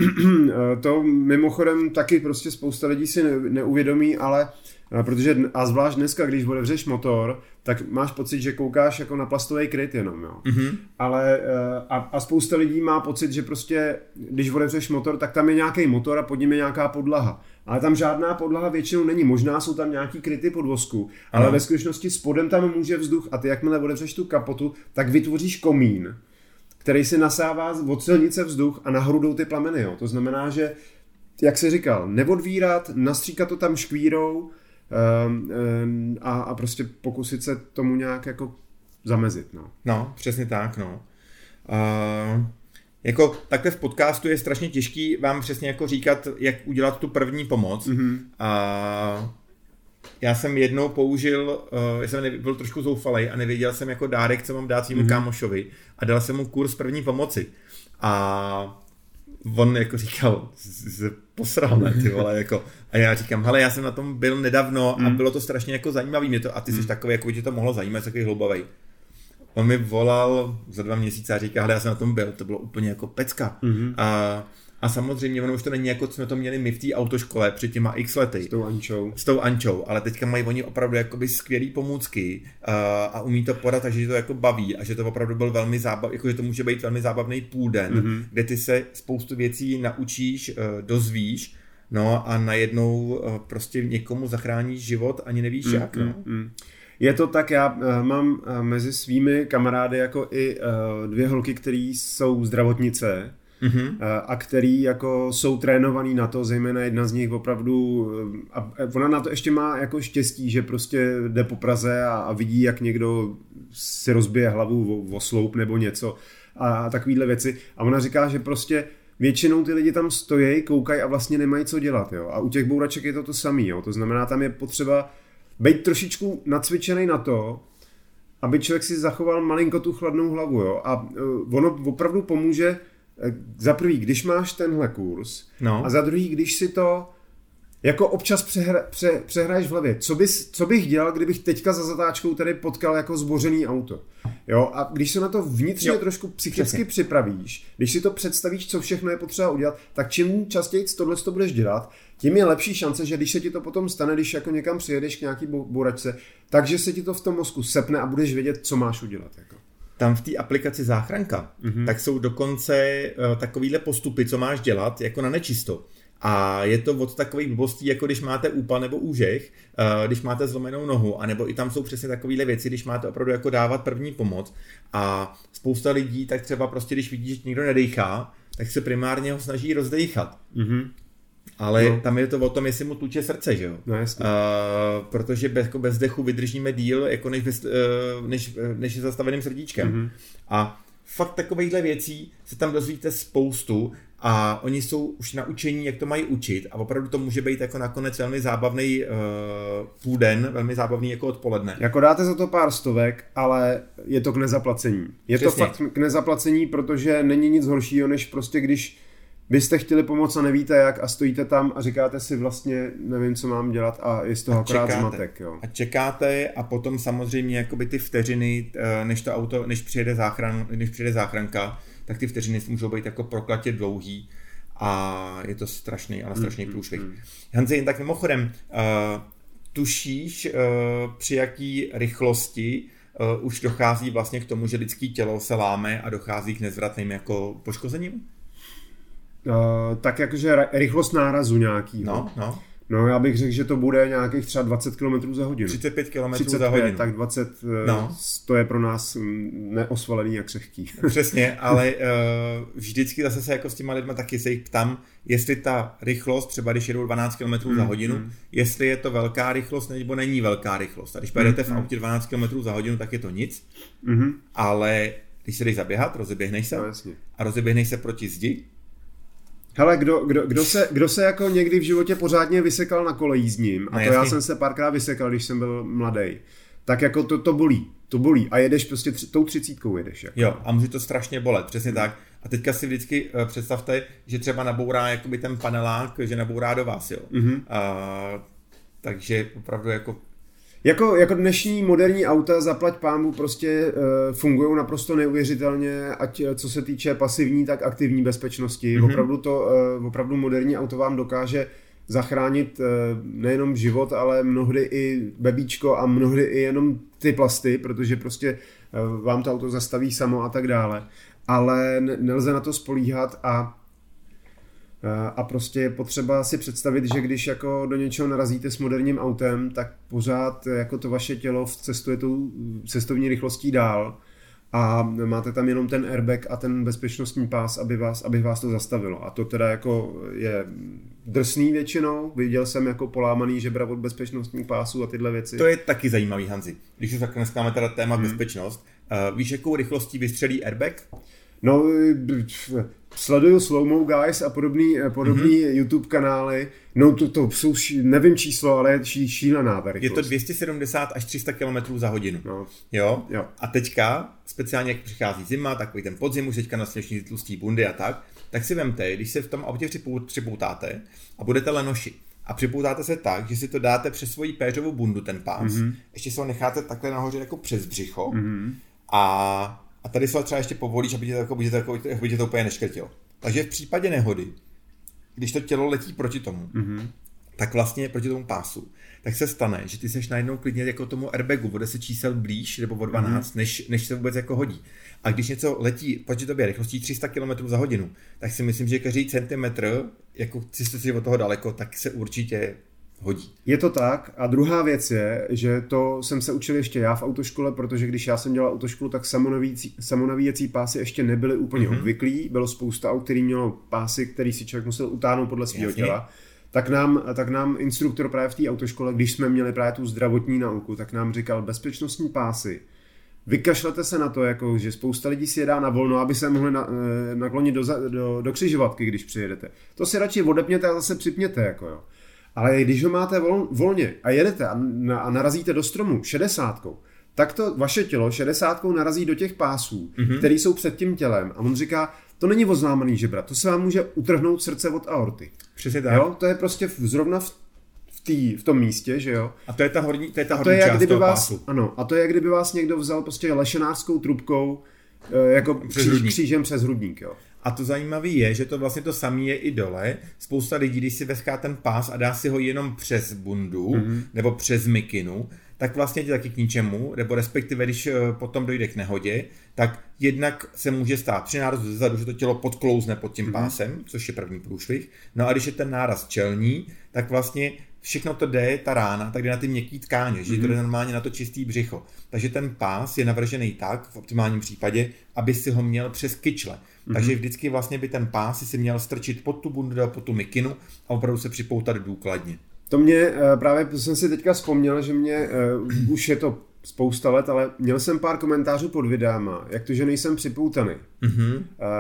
to mimochodem taky prostě spousta lidí si neuvědomí, ale protože a zvlášť dneska, když otevřeš motor, tak máš pocit, že koukáš jako na plastový kryt jenom, jo. Mm-hmm. Ale a, a spousta lidí má pocit, že prostě, když otevřeš motor, tak tam je nějaký motor a pod ním je nějaká podlaha. Ale tam žádná podlaha většinou není, možná jsou tam nějaký kryty podvozku, ale ve skutečnosti spodem tam může vzduch a ty jakmile otevřeš tu kapotu, tak vytvoříš komín, který si nasává od silnice vzduch a nahoru jdou ty plameny, jo. To znamená, že, jak jsi říkal, neodvírat, nastříkat to tam škvírou, A, a prostě pokusit se tomu nějak jako zamezit. No, no přesně tak. No. Uh, jako takhle v podcastu je strašně těžký vám přesně jako říkat, jak udělat tu první pomoc. Mm-hmm. Uh, já jsem jednou použil, uh, já jsem byl trošku zoufalej a nevěděl jsem jako dárek, co mám dát svýmu mm-hmm. kámošovi a dal jsem mu kurz první pomoci. A on jako říkal, se posral, ne, ty vole, jako. A já říkám, hele, já jsem na tom byl nedávno a mm. bylo to strašně jako zajímavý, mě to, a ty jsi mm. takový, jako tě to mohlo zajímat, takový hloubavej. On mi volal za dva měsíce a říká, hele, já jsem na tom byl, to bylo úplně jako pecka. Mm-hmm. A, A samozřejmě ono už to není jako, co jsme to měli my v té autoškole před těma x lety. S tou Ančou. S tou Ančou, ale teďka mají oni opravdu jakoby skvělý pomůcky uh, a umí to podat, takže to jako baví a že to opravdu byl velmi zábav, jako že to může být velmi zábavný půl den, mm-hmm. kde ty se spoustu věcí naučíš, uh, dozvíš, no a najednou uh, prostě někomu zachráníš život, ani nevíš mm, jak, no. Mm, mm. Je to tak, já uh, mám uh, mezi svými kamarády jako i uh, dvě holky, které jsou zdravotnice, mm-hmm. a který jako jsou trénovaný na to, zejména jedna z nich opravdu, a ona na to ještě má jako štěstí, že prostě jde po Praze a, a vidí, jak někdo si rozbije hlavu o, o sloup nebo něco a takovýhle věci a ona říká, že prostě většinou ty lidi tam stojí, koukají a vlastně nemají co dělat, jo. A u těch bouraček je to to samý, jo. To znamená, tam je potřeba být trošičku nacvičený na to, aby člověk si zachoval malinko tu chladnou hlavu, jo. A ono opravdu pomůže za prvý, když máš tenhle kurz no. a za druhý, když si to jako občas přehra, pře, přehraješ v hlavě. Co, bys, co bych dělal, kdybych teďka za zatáčkou tady potkal jako zbořený auto. Jo? A když se na to vnitřně jo. trošku psychicky Přesně. připravíš, když si to představíš, co všechno je potřeba udělat, tak čím častěji tohle to budeš dělat, tím je lepší šance, že když se ti to potom stane, když jako někam přijedeš k nějaký bouračce, takže se ti to v tom mozku sepne a budeš vědět, co máš udělat. Jako. Tam v té aplikaci Záchranka, mm-hmm. tak jsou dokonce uh, takovýhle postupy, co máš dělat, jako na nečisto. A je to od takových blbostí, jako když máte úpal nebo úžeh, uh, když máte zlomenou nohu, anebo i tam jsou přesně takovýhle věci, když máte opravdu jako dávat první pomoc. A spousta lidí, tak třeba prostě, když vidí, že někdo nedejchá, tak se primárně ho snaží rozdejchat. Mm-hmm. Ale no. tam je to o tom, jestli mu tluče srdce, že jo? No, jasně. Uh, protože bez, jako bez dechu vydržíme díl, jako než, bez, uh, než, než je zastaveným srdíčkem. Mm-hmm. A fakt takovýchhle věcí se tam dozvíte spoustu a oni jsou už naučení, jak to mají učit a opravdu to může být jako nakonec velmi zábavný uh, půl den, velmi zábavný jako odpoledne. Jako dáte za to pár stovek, ale je to k nezaplacení. Je Přesně. to fakt k nezaplacení, protože není nic horšího, než prostě když byste chtěli pomoct a nevíte jak a stojíte tam a říkáte si vlastně nevím, co mám dělat a je z toho akorát zmatek. Jo. A čekáte a potom samozřejmě jakoby ty vteřiny, než to auto, než přijede, záchran, než přijede záchranka, tak ty vteřiny můžou být jako proklatě dlouhý a je to strašný, ale strašný mm, průšvih. Mm, mm. Hanzi, jen tak mimochodem, uh, tušíš, uh, při jaký rychlosti uh, už dochází vlastně k tomu, že lidský tělo se láme a dochází k nezvratným jako poškozením? Uh, tak jakože rychlost nárazu nějaký. No, no. No já bych řekl, že to bude nějakých třeba dvacet kilometrů za hodinu. třicet pět kilometrů za hodinu. Tak dvacet, no. To je pro nás neosvalený a křehký. Přesně, ale uh, vždycky zase se jako s těma lidma taky se jich ptám, jestli ta rychlost, třeba když jedou dvanáct kilometrů mm, za hodinu, mm. jestli je to velká rychlost nebo není velká rychlost. A když pojedete mm, v autě dvanáct kilometrů za hodinu, tak je to nic, mm. ale když se jdeš zaběhat, rozeběhneš se no, a rozeběhneš se proti zdi. Hele, kdo, kdo, kdo, se, kdo se jako někdy v životě pořádně vysekal na kole jízdním, a no, to já jsem se párkrát vysekal, když jsem byl mladý, tak jako to, to bolí, to bolí a jedeš prostě tři, tou třicítkou jedeš. Jako. Jo, a může to strašně bolet, přesně hmm. tak. A teďka si vždycky uh, představte, že třeba nabourá jakoby ten panelák, že nabourá do vás, jo. Hmm. Uh, takže opravdu jako... Jako, jako dnešní moderní auta, zaplať pámu, prostě uh, fungují naprosto neuvěřitelně, ať co se týče pasivní, tak aktivní bezpečnosti. Mm-hmm. Opravdu to, uh, opravdu moderní auto vám dokáže zachránit uh, nejenom život, ale mnohdy i bebíčko a mnohdy i jenom ty plasty, protože prostě uh, vám to auto zastaví samo a tak dále. Ale nelze na to spolíhat a A prostě je potřeba si představit, že když jako do něčeho narazíte s moderním autem, tak pořád jako to vaše tělo cestuje tou cestovní rychlostí dál a máte tam jenom ten airbag a ten bezpečnostní pás, aby vás, aby vás to zastavilo. A to teda jako je drsný většinou. Viděl jsem jako polámaný žebra od bezpečnostních pásů a tyhle věci. To je taky zajímavý, Hanzi. Když už tak dneska máme teda téma hmm. bezpečnost, uh, víš, jakou rychlostí vystřelí airbag? No, sleduju Slow Mo Guys a podobný, podobný mm-hmm. YouTube kanály. No to, to jsou, nevím číslo, ale je ší, šílená ta rychlost. Je to dvě stě sedmdesát až tři sta kilometrů za hodinu. No. Jo? Jo. A teďka, speciálně jak přichází zima, takový ten podzim, už teďka na sněžní tlustý bundy a tak, tak si vemte, když se v tom autě připoutáte a budete lenoši a připoutáte se tak, že si to dáte přes svoji péřovou bundu, ten pás, mm-hmm. ještě se ho necháte takhle nahoře jako přes břicho mm-hmm. a A tady se třeba ještě povolíš, aby tě to, aby tě to, aby tě to úplně neškrtilo. Takže v případě nehody když to tělo letí proti tomu, mm-hmm. tak vlastně proti tomu pásu, tak se stane, že ty seš najednou klidně jako tomu airbagu o deset čísel blíž, nebo o dvanáct, mm-hmm. než, než se vůbec jako hodí. A když něco letí proti tobě rychlostí tři sta kilometrů za hodinu, tak si myslím, že každý centimetr, jako si jste od toho daleko, tak se určitě hodí. Je to tak. A druhá věc je, že to jsem se učil ještě já v autoškole, protože když já jsem dělal autoškolu, tak samonavíjecí, samonavíjecí pásy ještě nebyly úplně mm-hmm. obvyklý. Bylo spousta aut, který mělo pásy, který si člověk musel utáhnout podle svého těla. Tak nám, tak nám instruktor právě v té autoškole, když jsme měli právě tu zdravotní nauku, tak nám říkal bezpečnostní pásy. Vykašlete se na to, jako, že spousta lidí si jedá na volno, aby se mohli na, naklonit do, do, do křižovatky, když přijedete. To si radši odepněte a zase připněte. Jako, jo. Ale když ho máte vol, volně a jedete a, na, a narazíte do stromu šedesátkou, tak to vaše tělo šedesátkou narazí do těch pásů, mm-hmm. které jsou před tím tělem. A on říká, to není oznámený žebra, to se vám může utrhnout srdce od aorty. Přesně tak. Jo? To je prostě v, zrovna v, v, tý, v tom místě, že jo. A to je ta horní, to je ta a horní to je, část toho vás, pásu. Ano, a to je, jak kdyby vás někdo vzal prostě lešenářskou trubkou jako přes kříž, křížem přes hrudník, jo. A to zajímavé je, že to vlastně to samé je i dole. Spousta lidí, když si veská ten pás a dá si ho jenom přes bundu mm-hmm. nebo přes mikinu, tak vlastně je taky k ničemu, nebo respektive, když potom dojde k nehodě, tak jednak se může stát při nárazu zezadu, že to tělo podklouzne pod tím mm-hmm. pásem, což je první průšvih. No a když je ten náraz čelní, tak vlastně všechno to jde, ta rána, tak jde na ty měkký tkáně, mm-hmm. že to jde normálně na to čistý břicho. Takže ten pás je navržený tak, v optimálním případě, aby si ho měl přes kyčle. Mm-hmm. Takže vždycky vlastně by ten pás si měl strčit pod tu bundu nebo pod tu mikinu a opravdu se připoutat důkladně. To mě právě jsem si teďka vzpomněl, že mě uh, už je to spousta let, ale měl jsem pár komentářů pod videama, jak to, že nejsem připoutaný. Mm-hmm. Uh,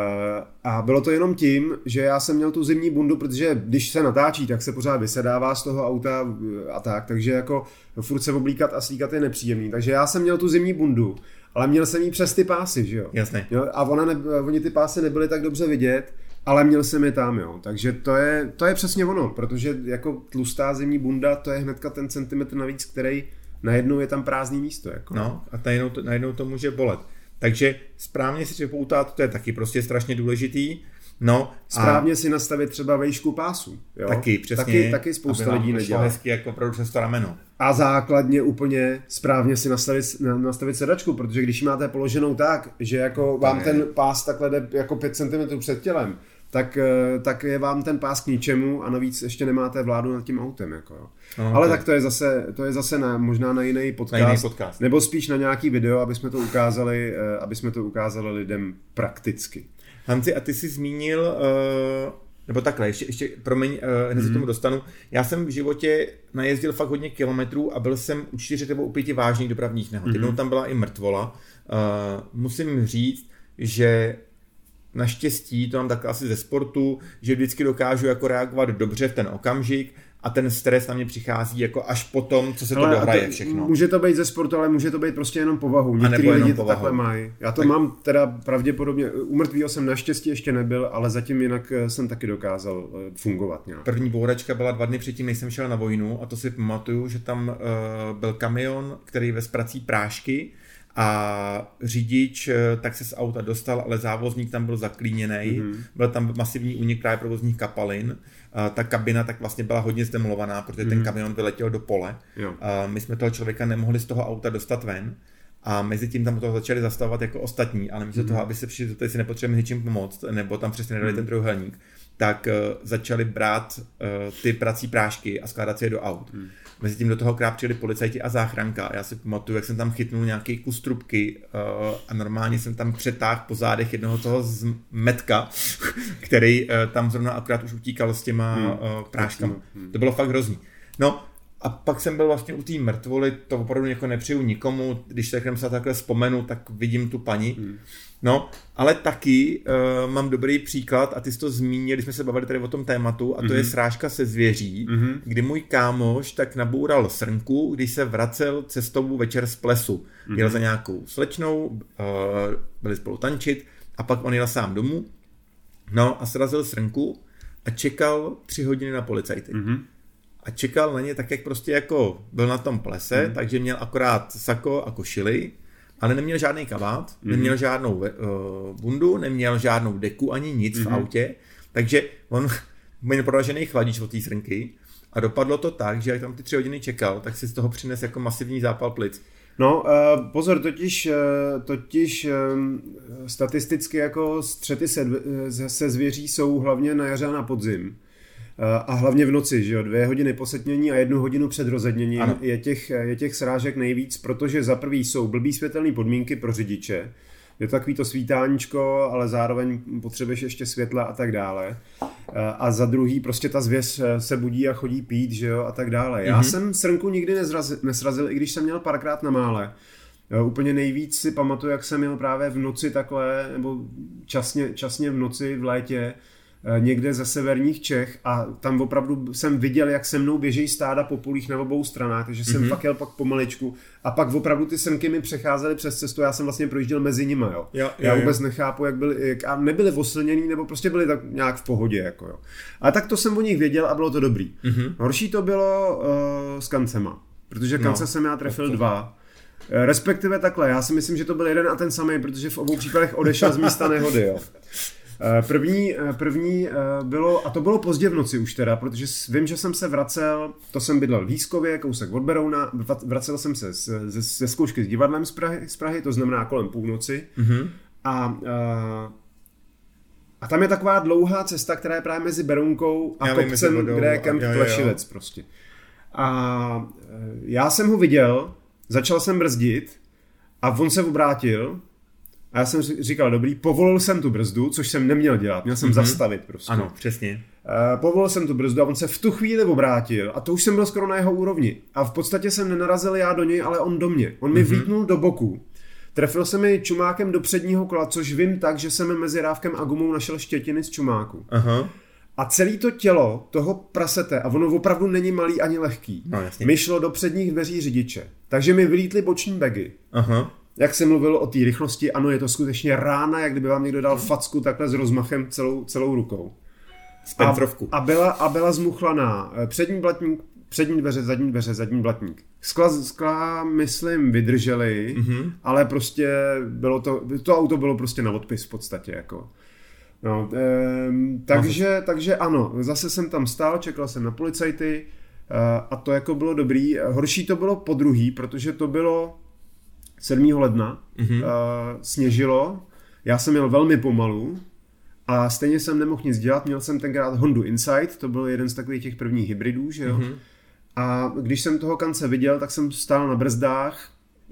a bylo to jenom tím, že já jsem měl tu zimní bundu, protože když se natáčí, tak se pořád vysedává z toho auta a tak, takže jako furt se oblíkat a slíkat je nepříjemný. Takže já jsem měl tu zimní bundu, ale měl jsem jí přes ty pásy, že jo? Jasně. A ona ne, oni ty pásy nebyly tak dobře vidět, ale měl jsem je tam, jo. Takže to je, to je přesně ono, protože jako tlustá zimní bunda, to je hnedka ten centimetr navíc, který najednou je tam prázdný místo. Jako. No a najednou to, najednou to může bolet. Takže správně si připoutat, to je taky prostě strašně důležitý. No, správně a si nastavit třeba vejšku pásu. Jo? Taky, přesně. Taky, taky spousta lidí nedělá. Hezky jako opravdu přes to rameno. A základně úplně správně si nastavit, nastavit sedačku, protože když ji máte položenou tak, že jako vám je. ten pás takhle jde jako pět centimetrů před tělem, tak, tak je vám ten pás k ničemu a navíc ještě nemáte vládu nad tím autem. Jako, jo. No, ale okay. tak to je zase, to je zase na, možná na jiný podcast, na jiný podcast, nebo spíš na nějaký video, aby jsme to ukázali, aby jsme to ukázali lidem prakticky. Hanci, a ty jsi zmínil, uh, nebo takhle, ještě, ještě promiň, uh, hned se mm. tomu dostanu. Já jsem v životě najezdil fakt hodně kilometrů a byl jsem u čtyři nebo u pěti vážných dopravních nehod. Mm. Jednou tam byla i mrtvola. Uh, musím říct, že naštěstí, to mám takhle asi ze sportu, že vždycky dokážu jako reagovat dobře v ten okamžik a ten stres na mě přichází jako až potom, co se to ale dohraje všechno. Může to být ze sportu, ale může to být prostě jenom povahou. Některý lidi to takhle mají. Já to tak. mám teda pravděpodobně, u mrtvýho jsem naštěstí ještě nebyl, ale zatím jinak jsem taky dokázal fungovat nějak. První bouračka byla dva dny předtím, než jsem šel na vojnu a to si pamatuju, že tam uh, byl kamion, který vez prací prášky a řidič tak se z auta dostal, ale závozník tam byl zaklíněný, mm-hmm. byl tam masivní únik právě provozních kapalin, ta kabina tak vlastně byla hodně zdemolovaná, protože mm-hmm. ten kamion vyletěl do pole. Jo. My jsme toho člověka nemohli z toho auta dostat ven a mezi tím tam toho začali zastavovat jako ostatní, ale místo mm-hmm. toho, aby se přišli, tady si nepotřebujeme ničím pomoct, nebo tam přesně nedali mm-hmm. ten trojúhelník, tak uh, začali brát uh, ty prací prášky a skládat si je do aut. Mm. Mezi tím do toho krát přijeli policajti a záchranka. Já si pamatuju, jak jsem tam chytnul nějaký kus trubky uh, a normálně jsem tam přetáhl po zádech jednoho toho z metka, který uh, tam zrovna akorát už utíkal s těma mm. uh, práškama. Mm. To bylo fakt hrozný. No a pak jsem byl vlastně u té mrtvoly, to opravdu jako nepřeju nikomu, když se se takhle vzpomenu, tak vidím tu paní. Mm. No, ale taky uh, mám dobrý příklad a ty jsi to zmínil, když jsme se bavili tady o tom tématu a to mm-hmm. je srážka se zvěří, mm-hmm. kdy můj kámoš tak naboural srnku, když se vracel cestou večer z plesu. Mm-hmm. Jel za nějakou slečnou, uh, byli spolu tančit a pak on jel sám domů, no a srazil srnku a čekal tři hodiny na policajty. Mm-hmm. A čekal na ně tak, jak prostě jako byl na tom plese, mm-hmm. takže měl akorát sako a košili, ale neměl žádný kabát, mm-hmm. neměl žádnou uh, bundu, neměl žádnou deku ani nic mm-hmm. v autě, takže on neproražený chladič od té srnky a dopadlo to tak, že jak tam ty tři hodiny čekal, tak si z toho přines jako masivní zápal plic. No, uh, pozor, totiž, uh, totiž um, statisticky jako střety se, se zvěří jsou hlavně na jaře a na podzim. Uh, a hlavně v noci, že jo, dvě hodiny po setmění a jednu hodinu před rozedněním je těch, je těch srážek nejvíc, protože za prvý jsou blbý světelné podmínky pro řidiče, je to takový to svítáníčko, ale zároveň potřebuješ ještě světla a tak dále. A za druhý prostě ta zvěř se budí a chodí pít, že jo, a tak dále. Já mm-hmm. jsem srnku nikdy nezrazil, nesrazil, i když jsem měl párkrát na mále. Jo, úplně nejvíc si pamatuju, jak jsem měl právě v noci takhle, nebo časně, časně v noci v létě, někde ze severních Čech a tam opravdu jsem viděl, jak se mnou běžejí stáda po polích na obou stranách, takže jsem mm-hmm. fakt jel pak pomaličku a pak opravdu ty srnky mi přecházely přes cestu, já jsem vlastně projížděl mezi nima, jo. jo, jo já vůbec jo. nechápu, jak byli, jak, a nebyli oslněný, nebo prostě byli tak nějak v pohodě, jako jo. Ale tak to jsem o nich věděl a bylo to dobrý. Mm-hmm. Horší to bylo uh, s kancema, protože kance no, jsem já trefil to... dva. Respektive takhle, já si myslím, že to byl jeden a ten samý, protože v obou případech odešel z místa nehody, jo. První, první bylo, a to bylo pozdě v noci už teda, protože vím, že jsem se vracel, to jsem bydlel v Lískově, kousek od Berouna, vracel jsem se ze, ze zkoušky s divadlem z Prahy, z Prahy, to znamená kolem půlnoci. Mm-hmm. A, a tam je taková dlouhá cesta, která je právě mezi Berounkou a já kopcem, vím, kde je kemp Klešilec prostě. A já jsem ho viděl, začal jsem brzdit a on se obrátil. A já jsem říkal, dobrý, povolil jsem tu brzdu, což jsem neměl dělat, měl jsem mm-hmm. zastavit prostě. Ano, přesně. Uh, povolil jsem tu brzdu a on se v tu chvíli obrátil a to už jsem byl skoro na jeho úrovni. A v podstatě jsem nenarazil já do něj, ale on do mě. On mm-hmm. mi vlítnul do boku. Trefil se mi čumákem do předního kola, což vím tak, že jsem mezi rávkem a gumou našel štětiny z čumáku. Aha. A celé to tělo toho prasete, a ono opravdu není malý ani lehký, no, mi šlo do předních dveří řidiče. Takže mi vylítly boční bagy. Aha. Jak jsem mluvil o té rychlosti, ano, je to skutečně rána, jak kdyby vám někdo dal facku takhle s rozmachem celou, celou rukou. A, a, byla, a byla zmuchlaná přední blatník, přední dveře, zadní dveře, zadní blatník. Skla, skla myslím, vydrželi, mm-hmm. ale prostě bylo to, to auto bylo prostě na odpis v podstatě, jako. No, ehm, takže, takže ano, zase jsem tam stál, čekal jsem na policajty a to jako bylo dobrý. Horší to bylo po druhý, protože to bylo sedmého ledna, mm-hmm. uh, sněžilo, já jsem jel velmi pomalu a stejně jsem nemohl nic dělat, měl jsem tenkrát Hondu Insight, to byl jeden z takových těch prvních hybridů, že jo. Mm-hmm. A když jsem toho kance viděl, tak jsem stál na brzdách,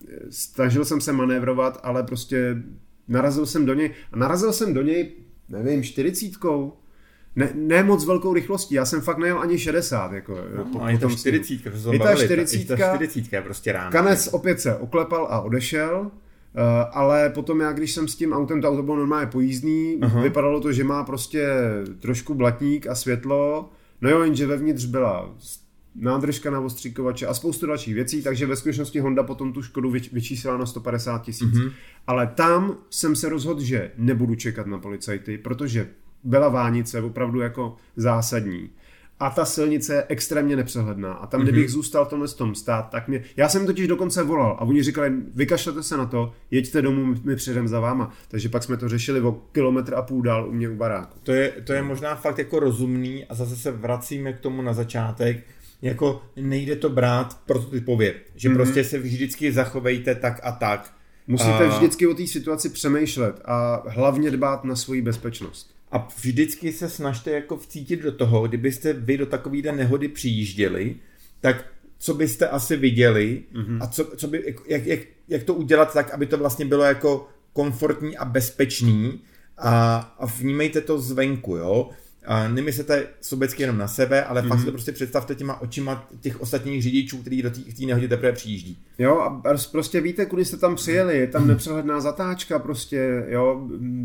snažil jsem se manévrovat, ale prostě narazil jsem do něj a narazil jsem do něj, nevím, čtyřicítkou. Ne, ne moc velkou rychlostí, já jsem fakt nejel ani šedesát. Jako, no, po, a je to čtyřicítka, to je ta čtyřicítka, čtyřicítka je prostě rána. Kanec opět se oklepal a odešel, uh, ale potom já, když jsem s tím autem, to auto bylo normálně pojízdný, uh-huh. vypadalo to, že má prostě trošku blatník a světlo, no jo, jenže vevnitř byla nádržka na ostříkovače a spoustu dalších věcí, takže ve skutečnosti Honda potom tu škodu vyčíslila na sto padesát tisíc. Uh-huh. Ale tam jsem se rozhodl, že nebudu čekat na policajty, protože byla vánice opravdu jako zásadní. A ta silnice je extrémně nepřehledná. A tam, mm-hmm. kdybych zůstal v tomhle tom stát, tak mě... Já jsem totiž dokonce volal a oni říkali, vykašlete se na to, jeďte domů, my přijdeme za váma. Takže pak jsme to řešili o kilometr a půl dál u mě u baráku. To je, to je možná fakt jako rozumný a zase se vracíme k tomu na začátek. Jako nejde to brát prototypově. Že mm-hmm. prostě se vždycky zachovejte tak a tak. Musíte a... vždycky o té situaci přemýšlet a hlavně dbát na svoji bezpečnost. A vždycky se snažte jako vcítit do toho, kdybyste vy do takovýhle nehody přijížděli, tak co byste asi viděli mm-hmm. a co, co by, jak, jak, jak to udělat tak, aby to vlastně bylo jako komfortní a bezpečný a, a vnímejte to zvenku, jo. A nemyslete sobecky jenom na sebe, ale mm-hmm. fakt si to prostě představte těma očima těch ostatních řidičů, kteří do té nehodě teprve přijíždí. Jo, a prostě víte, kudy jste tam přijeli, je tam nepřehledná zatáčka prostě, jo.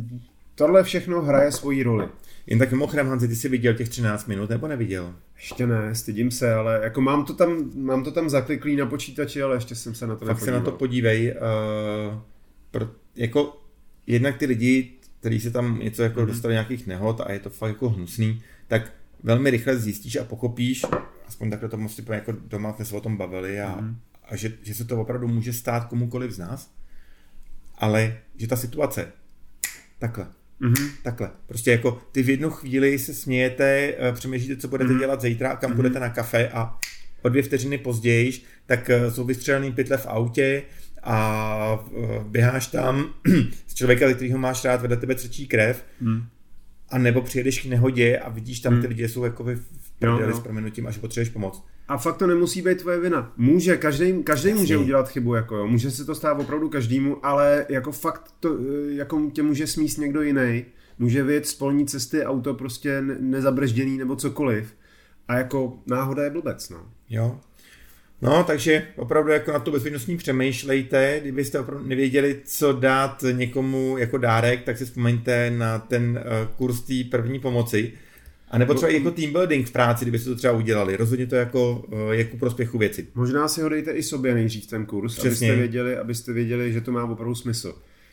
Tohle všechno hraje svoji roli. Jen tak mimochodem, Hanzi, ty jsi viděl těch třináct minut, nebo neviděl? Ještě ne, stydím se, ale jako mám to tam, mám to tam zakliklý na počítači, ale ještě jsem se na to nepodíval. Fakt se na to podívej. Uh, pro, jako jednak ty lidi, kteří se tam něco jako mm-hmm. dostali nějakých nehod a je to fakt jako hnusný, tak velmi rychle zjistíš a pochopíš, aspoň takhle to musí jako doma jsme se o tom bavili a, mm-hmm. a že, že se to opravdu může stát komukoliv z nás, ale že ta situace takhle Mm-hmm. Takhle. Prostě jako ty v jednu chvíli se smějete, přemýšlíte, co budete mm-hmm. dělat zítra a kam mm-hmm. budete na kafe a o dvě vteřiny později, tak jsou vystřelený pytle v autě a běháš tam z člověka, kterýho máš rád, vedle tebe třečí krev mm. a nebo přijedeš k nehodě a vidíš tam, mm. ty lidi jsou jako v prdeli s prominutím, až potřebuješ pomoct. A fakt to nemusí být tvoje vina. Může, každý, každý může udělat chybu, jako jo. Může se to stát opravdu každému, ale jako fakt to, jako tě může smíst někdo jiný. Může vyjet z polní cesty auto prostě nezabržděný nebo cokoliv. A jako náhoda je blbec, no. Jo. No, takže opravdu jako na tu bezpečnostní přemýšlejte, kdybyste opravdu nevěděli, co dát někomu jako dárek, tak si vzpomeňte na ten kurz té první pomoci. A nebo třeba jako team building v práci, kdybyste to třeba udělali. Rozhodně to jako, jako prospěchu věci. Možná si ho dejte i sobě nejdřív ten kurz, Přesně. abyste věděli, abyste věděli, že to má opravdu smysl.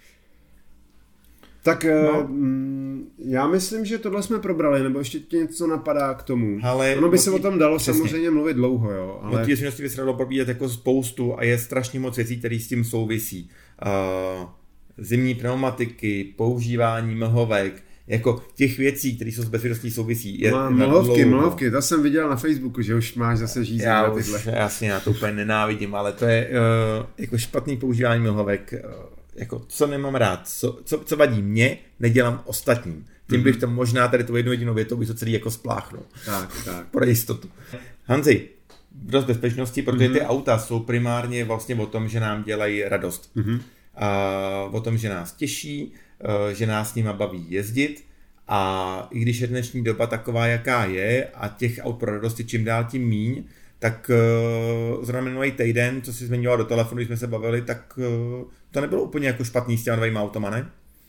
Tak no. já myslím, že tohle jsme probrali, nebo ještě ti něco napadá k tomu. Ale ono by se o tom dalo Přesně. samozřejmě mluvit dlouho, jo. Ale... O té smyslosti by se dalo probídat jako spoustu a je strašně moc věcí, které s tím souvisí. Uh, zimní pneumatiky, používání mlhovek, jako těch věcí, které jsou s bezpečností souvisí. Je Má, mlhovky, mlhovky, to jsem viděl na Facebooku, že už máš zase žízeň na tyhle. Já jasně, já to úplně nenávidím, ale to je uh, jako špatný používání mlhovek. Uh, jako co nemám rád, co, co, co vadí mě, nedělám ostatním. Tím mm-hmm. bych to možná tady tu jednu jedinou větou bych to celý jako spláchnul. Tak, tak. Pro jistotu. Hanzi, dost bezpečnosti, protože mm-hmm. ty auta jsou primárně vlastně o tom, že nám dělají radost. Mm-hmm. Uh, o tom, že nás těší, uh, že nás s nima baví jezdit a i když je dnešní doba taková, jaká je a těch aut pro radost je čím dál tím míň, tak uh, zrovna minulý týden, co jsi zmiňoval do telefonu, když jsme se bavili, tak uh, to nebylo úplně jako špatný s těma novýma automa, ne?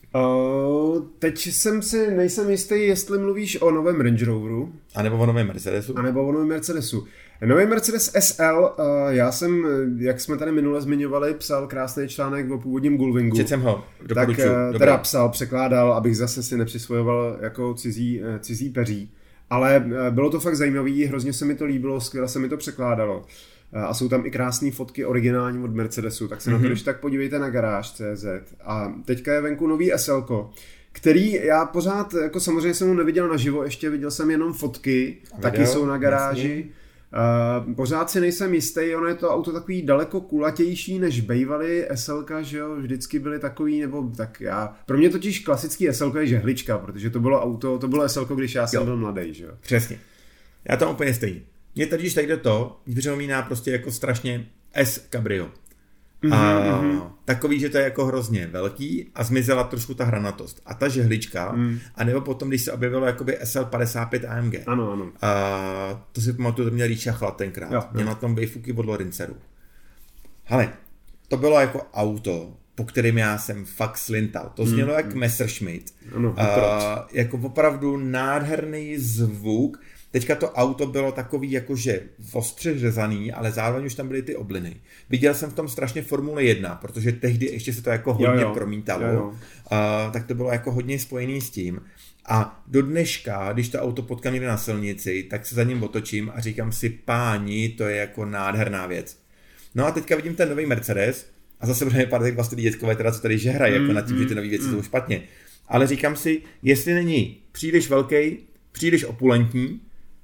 Uh, teď jsem si, nejsem jistý, jestli mluvíš o novém Range Roveru. A nebo o novém Mercedesu. A nebo o novém Mercedesu. Nový Mercedes S L, uh, já jsem, jak jsme tady minule zmiňovali, psal krásný článek o původním Gullwingu. Čet jsem ho, doporučuji. Tak uh, teda psal, překládal, abych zase si nepřisvojoval jako cizí, uh, cizí peří. Ale uh, bylo to fakt zajímavý, hrozně se mi to líbilo, skvěle se mi to překládalo. Uh, a jsou tam i krásné fotky originální od Mercedesu, tak se mm-hmm. na to když tak podívejte na garáž tečka cé zet. A teďka je venku nový S L ko, který já pořád, jako samozřejmě jsem ho neviděl naživo, ještě viděl jsem jenom fotky, Video, taky jsou na garáži. Uh, pořád si nejsem jistý, ono je to auto takový daleko kulatější než bejvaly S L ka, že jo, vždycky byly takový, nebo tak já, pro mě totiž klasický S L ko je žehlička, protože to bylo auto, to bylo S L ko, když já jsem jo. byl mladý, že jo. Přesně, já tam úplně stejně. Mě tady, když tady jde to, připomíná prostě jako strašně S Cabrio. Mm-hmm, a mm-hmm. takový, že to je jako hrozně velký a zmizela trošku ta hranatost. A ta žehlička, mm. a nebo potom, když se objevilo jakoby S L padesát pět A M G. Ano, ano. A to si pamatuju, to měl Líča Chlad tenkrát. Jo, měl jo. na tom bejfuky od Lorinceru. Hele, to bylo jako auto, po kterém já jsem fakt slintal. To znělo mm. jak mm. Messerschmitt. Ano, a, jako opravdu nádherný zvuk. Teďka to auto bylo takový jakože ostře řezaný, ale zároveň už tam byly ty obliny. Viděl jsem v tom strašně Formule jedna, protože tehdy ještě se to jako hodně jo, jo. promítalo. Jo, jo. Uh, tak to bylo jako hodně spojený s tím. A do dneška, když to auto potkám někde na silnici, tak se za ním otočím a říkám si, páni, to je jako nádherná věc. No a teďka vidím ten nový Mercedes a zase budeme vypadat jak vlastně dětkové, teda co tady žehrají, mm, jako nad tím, mm, že ty nové věci mm. jsou špatně. Ale říkám si, jestli není příliš velký, příliš opulentní.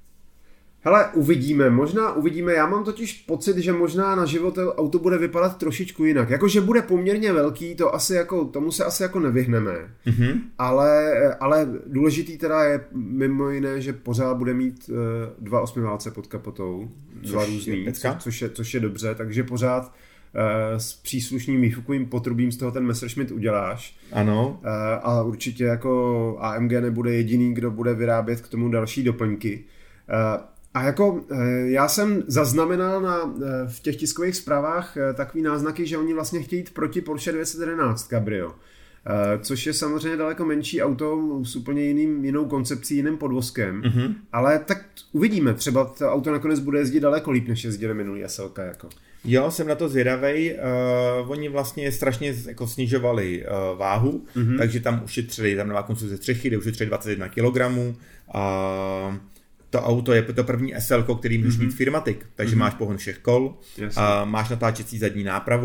Hele, uvidíme, možná uvidíme, já mám totiž pocit, že možná na život auto bude vypadat trošičku jinak. Jakože bude poměrně velký, to asi jako, tomu se asi jako nevyhneme. Mm-hmm. Ale, ale důležitý teda je mimo jiné, že pořád bude mít uh, dva osmiválce pod kapotou, dva různý, co, což, je, což je dobře, takže pořád uh, s příslušným výfukovým potrubím z toho ten Messerschmitt uděláš. Ano. Uh, a určitě jako A M G nebude jediný, kdo bude vyrábět k tomu další doplňky. Uh, A jako já jsem zaznamenal na, v těch tiskových zprávách takový náznaky, že oni vlastně chtějí jít proti Porsche dvě stě jedenáct Cabrio, což je samozřejmě daleko menší auto s úplně jiným, jinou koncepcí, jiným podvozkem, mm-hmm. ale tak uvidíme, třeba to auto nakonec bude jezdit daleko líp, než jezdili minulý S L ka jako. Jo, jsem na to zvědavej. Uh, oni vlastně strašně jako snižovali uh, váhu, mm-hmm. takže tam ušetřili, tam nová konstrukce střechy, kde ušetřili dvacet jedna kilogramů. Uh, To auto je to první S L ko, který můžeš mm-hmm. mít Firmatic, takže mm-hmm. máš pohon všech kol, a máš natáčecí zadní nápravu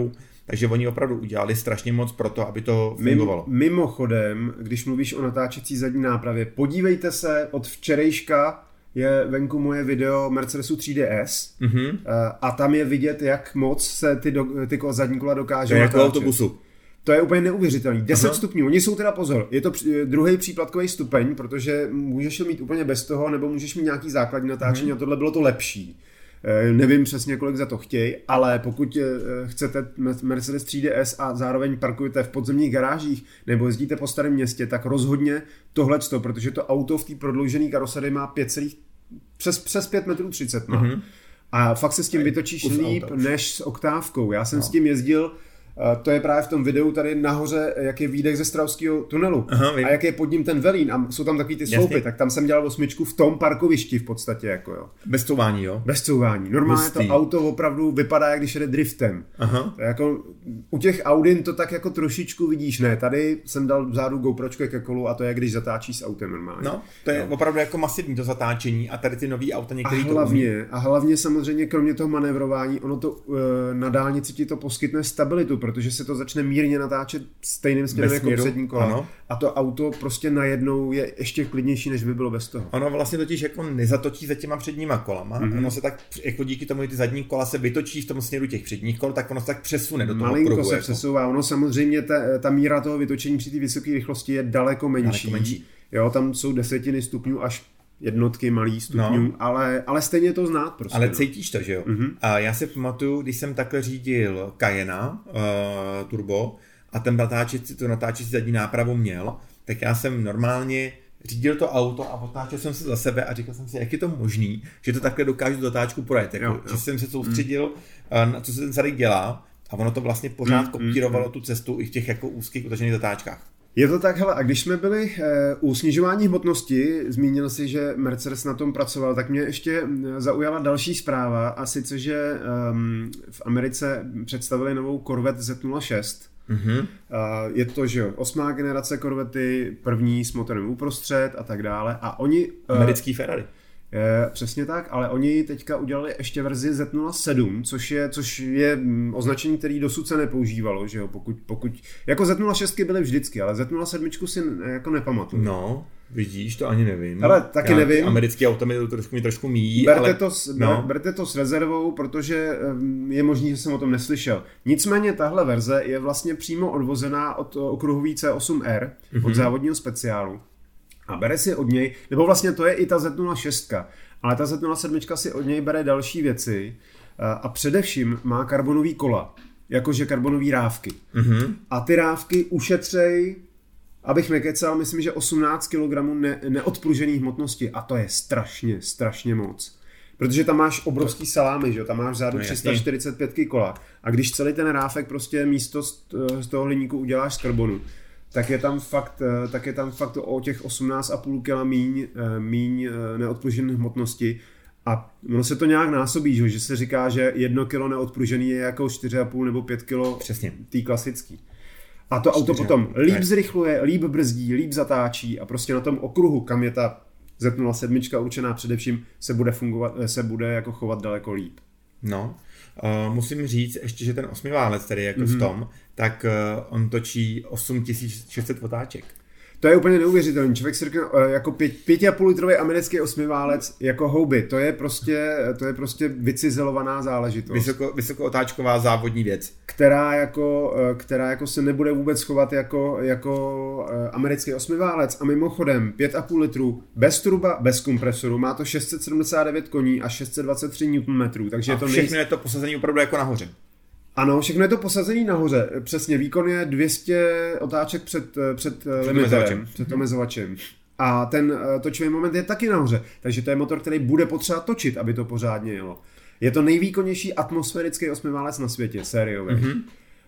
takže oni opravdu udělali strašně moc pro to, aby to fungovalo. Mimochodem, když mluvíš o natáčecí zadní nápravě, podívejte se, od včerejška je venku moje video Mercedesu tří D S mm-hmm. a tam je vidět, jak moc se ty, do, ty zadní kola dokážou natáčet. To je jako autobusu. To je úplně neuvěřitelný. deset Aha. stupňů. Oni jsou teda, pozor, je to druhý příplatkový stupeň, protože můžeš mít úplně bez toho, nebo můžeš mít nějaký základní natáčení hmm. a tohle bylo to lepší. Nevím přesně, kolik za to chtějí, ale pokud chcete Mercedes tří D S a zároveň parkujete v podzemních garážích nebo jezdíte po starém městě, tak rozhodně tohleto, protože to auto v té prodloužené karoserii má pět, přes, přes pět metrů třicet má. Hmm. A fakt se s tím vytočíš líp než s oktávkou. Já jsem no. s tím jezdil. To je právě v tom videu tady nahoře, jak je výdech ze Strahovského tunelu. Aha, a jak je pod ním ten velín a jsou tam takový ty sloupy, Jasně. tak tam jsem dělal osmičku v tom parkovišti v podstatě. Jako jo. Bez couvání, jo? Bez couvání. Normálně Hustý. To auto opravdu vypadá, jak když jede driftem. Aha. Jako, u těch Audin to tak jako trošičku vidíš, ne? Tady jsem dal vzadu GoPročko ke kolu a to je, když zatáčíš s autem normálně. No, to je no. opravdu jako masivní to zatáčení a tady ty nový auta některý a hlavně, to A hlavně samozřejmě kromě toho manévrování, ono to uh, na dálnici ti to poskytne stabilitu, protože se to začne mírně natáčet stejným směrem jako přední kola. Ano. A to auto prostě najednou je ještě klidnější, než by bylo bez toho. Ono vlastně totiž jako nezatočí za těma předníma kolama. Mm-hmm. Ono se tak, jako díky tomu, že ty zadní kola se vytočí v tom směru těch předních kol, tak ono se tak přesune do toho Malinko pruhu. se jako. přesouvá. Ono samozřejmě ta, ta míra toho vytočení při té vysoké rychlosti je daleko menší. Daleko menší. Jo, tam jsou desetiny stupňů až jednotky malý stupňů, no. ale, ale stejně to znát prostě. Ale cítíš to, že jo? Mm-hmm. A já si pamatuju, když jsem takhle řídil Cayena uh, Turbo a ten natáčecí, to natáčecí zadní nápravu měl, tak já jsem normálně řídil to auto a otáčel jsem se za sebe a říkal jsem si, jak je to možný, že to takhle dokážu do zatáčku projet. Jako, jo, jo. Že jsem se soustředil, mm. uh, na co se ten zadek dělá a ono to vlastně pořád mm, kopírovalo mm, tu cestu i v těch jako úzkých utažených zatáčkách. Je to tak, hele, a když jsme byli u snižování hmotnosti, zmínil si, že Mercedes na tom pracoval, tak mě ještě zaujala další zpráva, a sice, že um, v Americe představili novou Corvette Z nula šest. Mm-hmm. Uh, je to, že jo, osmá generace Corvety, první s motorem uprostřed a tak dále. A oni... Americký uh, Ferrari. Je, přesně tak, ale oni teďka udělali ještě verzi Z nula sedm, což je, což je označení, který dosud se nepoužívalo, že jo, pokud, pokud, jako Z nula šest byly vždycky, ale Z nula sedm si jako nepamatuju. No, vidíš, to ani nevím. Ale taky Já, nevím. Americký auto mi trošku, mi trošku míjí, berte ale... To s, no. Berte to s rezervou, protože je možný, že jsem o tom neslyšel. Nicméně tahle verze je vlastně přímo odvozená od okruhový C osm R, mm-hmm. od závodního speciálu. A bere si od něj, nebo vlastně to je i ta Z nula šest, ale ta Z nula sedm si od něj bere další věci a především má karbonový kola, jakože karbonové rávky. Mm-hmm. A ty rávky ušetřej, abych nekecal, myslím, že osmnáct kilogramů ne, neodpružených hmotnosti a to je strašně, strašně moc. Protože tam máš obrovský salámy, že jo? Tam máš vzadu tři sta čtyřicet pět kola a když celý ten rávek prostě místo z toho hliníku uděláš z karbonu, tak je tam fakt, tak je tam fakt o těch osmnáct celá pět kila míň, míň neodpružené hmotnosti a ono se to nějak násobí, že se říká, že jedno kilo neodpružený je jako čtyři celá pět nebo pět kilo přesně tý klasický. A to auto potom líp zrychluje, líp brzdí, líp zatáčí a prostě na tom okruhu, kam je ta Z nula sedm určená především, se bude fungovat, se bude jako chovat daleko líp. No, uh, musím říct ještě, že ten osmiválec, který je jako mm-hmm. v tom, tak uh, on točí osm tisíc šest set otáček. To je úplně neuvěřitelný. Člověk si řekne, jako pět, pět a půl litrový americký osmiválec jako houby. To je prostě, to je prostě vycizelovaná záležitost. Vysoko, vysokootáčková závodní věc. Která jako, která jako se nebude vůbec chovat jako, jako americký osmiválec. A mimochodem pět a půl litru bez turba, bez kompresoru. Má to šest set sedmdesát devět koní a šest set dvacet tři newtonmetrů. Takže a je to všechno nej... je to posazený opravdu jako nahoře. Ano, všechno je to posazený nahoře. Přesně, výkon je dvě stě otáček před, před, před limiterem, před omezovačem. A ten točivý moment je taky nahoře. Takže to je motor, který bude potřeba točit, aby to pořádně jelo. Je to nejvýkonnější atmosférický osmiválec na světě, sériový. Mm-hmm.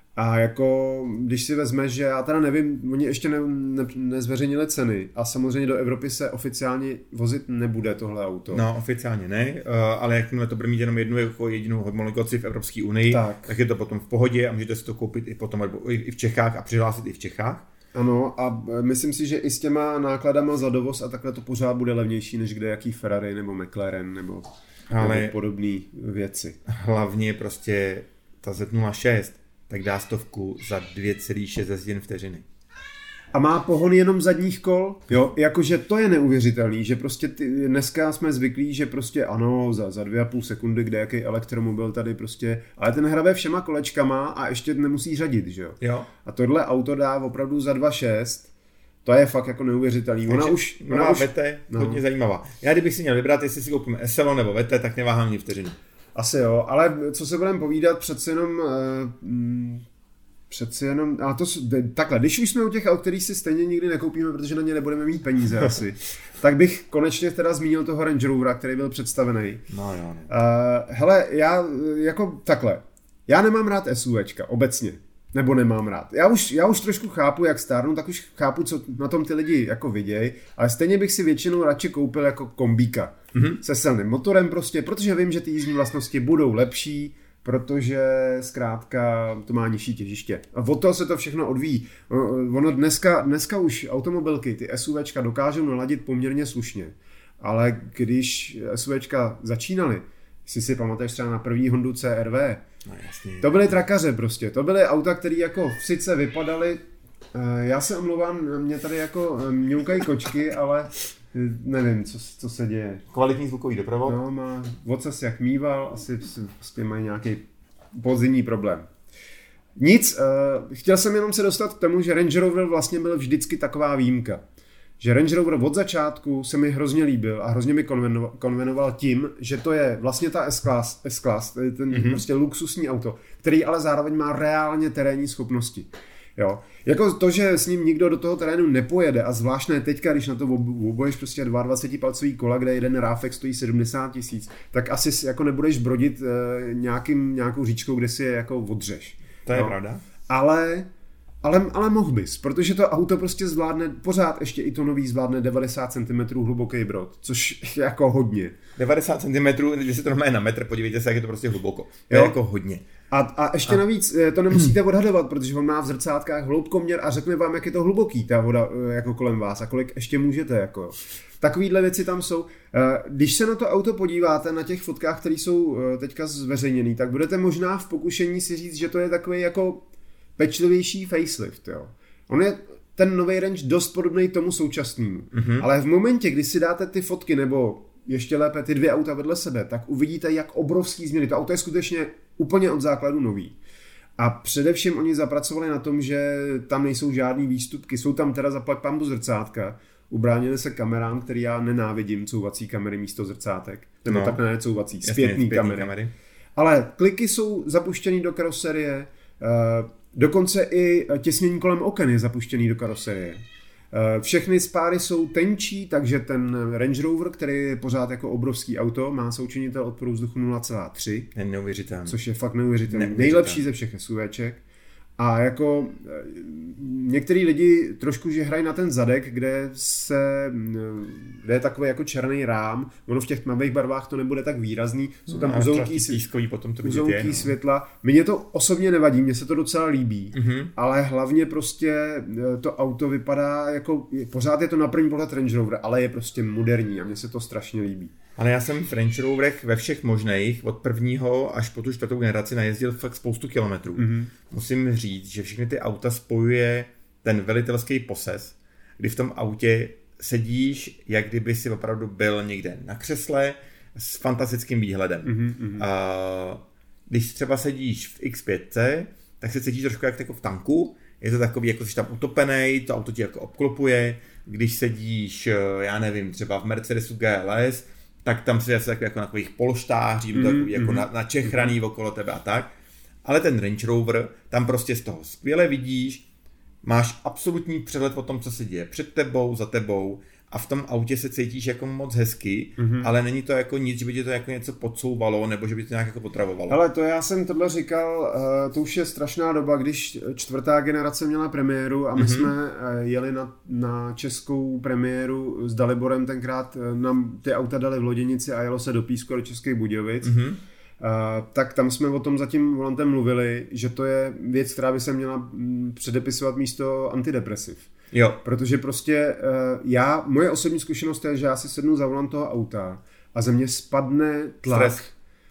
A jako, když si vezmeš, že já teda nevím, oni ještě ne, ne, nezveřejnili ceny a samozřejmě do Evropy se oficiálně vozit nebude tohle auto. No, oficiálně ne, ale jakmile to bude mít jenom jednu jako jedinou homologaci v Evropské unii, tak. tak je to potom v pohodě a můžete si to koupit i potom i v Čechách a přihlásit i v Čechách. Ano, a myslím si, že i s těma nákladama za dovoz a takhle to pořád bude levnější, než kde jaký Ferrari nebo McLaren nebo, ale nebo podobné věci. Hlavně prostě ta Z nula šest tak dá stovku za dvě celé šest vteřiny. A má pohon jenom zadních kol, jo, jakože to je neuvěřitelný, že prostě ty, dneska jsme zvyklí, že prostě ano, za, za dvě a půl sekundy, kde jaký elektromobil tady prostě, ale ten hrabe všema kolečkama a ještě nemusí řadit, že jo. jo. A tohle auto dá opravdu za dva šest, to je fakt jako neuvěřitelný. Ona Takže už, ona ona už, Vete, no. hodně zajímavá. Já kdybych si měl vybrat, jestli si koupím S L nebo Vete, tak neváhám ani vteřinu. Asi jo, ale co se budeme povídat, přece jenom... Uh, Přeci jenom, a to takhle, když už jsme u těch aut, kterých si stejně nikdy nekoupíme, protože na ně nebudeme mít peníze asi, tak bych konečně teda zmínil toho Range Rovera, který byl představený. No jo. No. Uh, hele, já jako takhle, já nemám rád SUVčka, obecně, nebo nemám rád. Já už, já už trošku chápu, jak stárnu, tak už chápu, co na tom ty lidi jako vidějí, ale stejně bych si většinou radši koupil jako kombíka mm-hmm. se silným motorem prostě, protože vím, že ty jízdní vlastnosti budou lepší, protože zkrátka to má nižší těžiště. A od toho se to všechno odvíjí. Ono dneska, dneska už automobilky, ty SUVčka dokážou naladit poměrně slušně, ale když SUVčka začínaly, jestli si pamatuješ třeba na první Hondu C R V, no, jasně. To byly trakaře prostě, to byly auta, které jako sice vypadaly, já se omlouvám, mě tady jako mňoukají kočky, ale nevím, co, co se děje. Kvalitní zvukový doprovod? No, má vocas jak mýval, asi prostě mají nějaký podzimní problém. Nic, uh, chtěl jsem jenom se dostat k tomu, že Range Rover vlastně byl vždycky taková výjimka. Že Range Rover od začátku se mi hrozně líbil a hrozně mi konvenoval, konvenoval tím, že to je vlastně ta S-Class, S-Class ten mm-hmm. prostě luxusní auto, který ale zároveň má reálně terénní schopnosti. Jo. Jako to, že s ním nikdo do toho terénu nepojede a zvlášť ne teďka, když na to oboješ prostě dvacetipalcový kola, kde jeden ráfek stojí sedmdesát tisíc, tak asi jako nebudeš brodit e, nějakým, nějakou říčkou, kde si je jako odřeš. To je jo. pravda. Ale, ale, ale mohl bys, protože to auto prostě zvládne, pořád ještě i to nový zvládne devadesát centimetrů hluboký brod, což je jako hodně. devadesát centimetrů, když si to normálně na metr, podívejte se, jak je to prostě hluboko. To jo. je jako hodně. A, a ještě a... navíc to nemusíte odhadovat, protože on má v zrcátkách hloubkoměr a řekne vám, jak je to hluboký, ta voda jako kolem vás a kolik ještě můžete. Jako. Takovýhle věci tam jsou. Když se na to auto podíváte na těch fotkách, které jsou teďka zveřejněné, tak budete možná v pokušení si říct, že to je takový jako pečlivější facelift. Jo. On je ten nový Range dost podobný tomu současnému. Mm-hmm. Ale v momentě, kdy si dáte ty fotky nebo ještě lépe ty dvě auta vedle sebe, tak uvidíte, jak obrovský změny. To auto je skutečně úplně od základu nový. A především oni zapracovali na tom, že tam nejsou žádný výstupky, jsou tam teda zaplať pambu zrcátka, ubránili se kamerám, který já nenávidím, couvací kamery místo zrcátek, nebo no. tak ne couvací, zpětný kamery. kamery. Ale kliky jsou zapuštěný do karoserie, dokonce i těsnění kolem oken je zapuštěný do karoserie. Všechny spáry jsou tenčí, takže ten Range Rover, který je pořád jako obrovský auto, má součinitel odporu vzduchu nula celá tři. Neuvěřitelný. Což je fakt neuvěřitelný. Nejlepší ze všech SUVček. A jako některý lidi trošku že hrají na ten zadek, kde se kde je takový jako černý rám. Ono v těch tmavých barvách to nebude tak výrazný. Jsou tam no, uzonký, pískový, potom to uzonký je, no. světla. Mně to osobně nevadí, mně se to docela líbí. Mm-hmm. Ale hlavně prostě to auto vypadá jako, pořád je to na první pohled Range Rover, ale je prostě moderní a mně se to strašně líbí. Ale já jsem v Range Roverech ve všech možných, od prvního až po tu čtvrtou generaci najezdil fakt spoustu kilometrů. Mm-hmm. Musím říct, že všechny ty auta spojuje ten velitelský poses, kdy v tom autě sedíš, jak kdyby si opravdu byl někde na křesle s fantastickým výhledem. Mm-hmm. A když třeba sedíš v X pět, tak se cítíš trošku jak jako v tanku, je to takový, jako jsi tam utopenej, to auto ti jako obklopuje. Když sedíš, já nevím, třeba v Mercedesu G L S, tak tam se jako, jako na takových polštářích, mm, takový jako mm, na, na čechraný mm. okolo tebe a tak. Ale ten Range Rover, tam prostě z toho skvěle vidíš, máš absolutní přehled o tom, co se děje před tebou, za tebou a v tom autě se cítíš jako moc hezky, mm-hmm. ale není to jako nic, že by ti to jako něco podsouvalo nebo že by to nějak jako potravovalo. Ale to já jsem tohle říkal, to už je strašná doba, když čtvrtá generace měla premiéru a my mm-hmm. jsme jeli na, na českou premiéru s Daliborem, tenkrát nám ty auta dali v loděnici a jelo se do Písku do Českých Budějovic. Mm-hmm. Uh, tak tam jsme o tom za tím volantem mluvili, že to je věc, která by se měla předepisovat místo antidepresiv. Jo. Protože prostě uh, já, moje osobní zkušenost je, že já si sednu za volant toho auta a ze mě spadne tlak. Stres.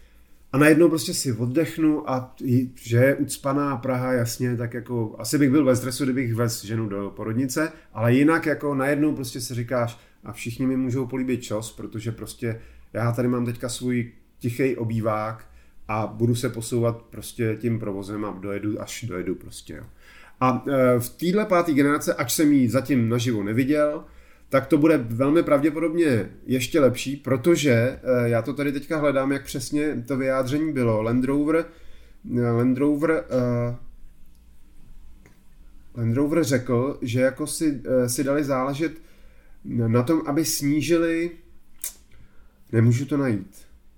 a najednou prostě si oddechnu a že je ucpaná Praha, jasně, tak jako asi bych byl ve stresu, kdybych vez ženu do porodnice, ale jinak jako najednou prostě si říkáš a všichni mi můžou políbit čos, protože prostě já tady mám teďka svůj tichý obývák a budu se posouvat prostě tím provozem a dojedu, až dojedu prostě. Jo. A v téhle páté generace, ač jsem ji zatím naživo neviděl, tak to bude velmi pravděpodobně ještě lepší, protože já to tady teďka hledám, jak přesně to vyjádření bylo. Land Rover, Land Rover, uh, Land Rover řekl, že jako si, uh, si dali záležet na tom, aby snížili, nemůžu to najít.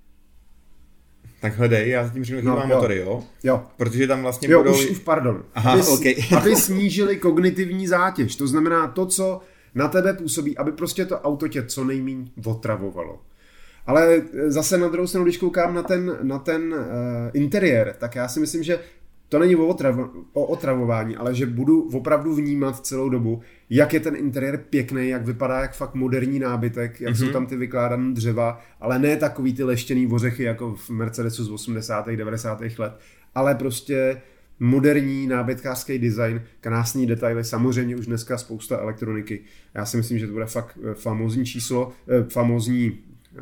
Tak hledej, já tím řeknu, no, motory, jo? Jo. Protože tam vlastně jo, budou... už, už pardon. Aha, aby, okay. aby snížili kognitivní zátěž, to znamená to, co na tebe působí, aby prostě to auto tě co nejméně otravovalo. Ale zase na druhou stranu, když koukám na ten, na ten uh, interiér, tak já si myslím, že to není o, otrav, o otravování, ale že budu opravdu vnímat celou dobu, jak je ten interiér pěkný, jak vypadá jak fakt moderní nábytek, jak mm-hmm. jsou tam ty vykládané dřeva, ale ne takový ty leštěný ořechy jako v Mercedesu z osmdesátých devadesátých let, ale prostě moderní nábytkářský design, krásný detaily, samozřejmě už dneska spousta elektroniky. Já si myslím, že to bude fakt famózní číslo, famózní,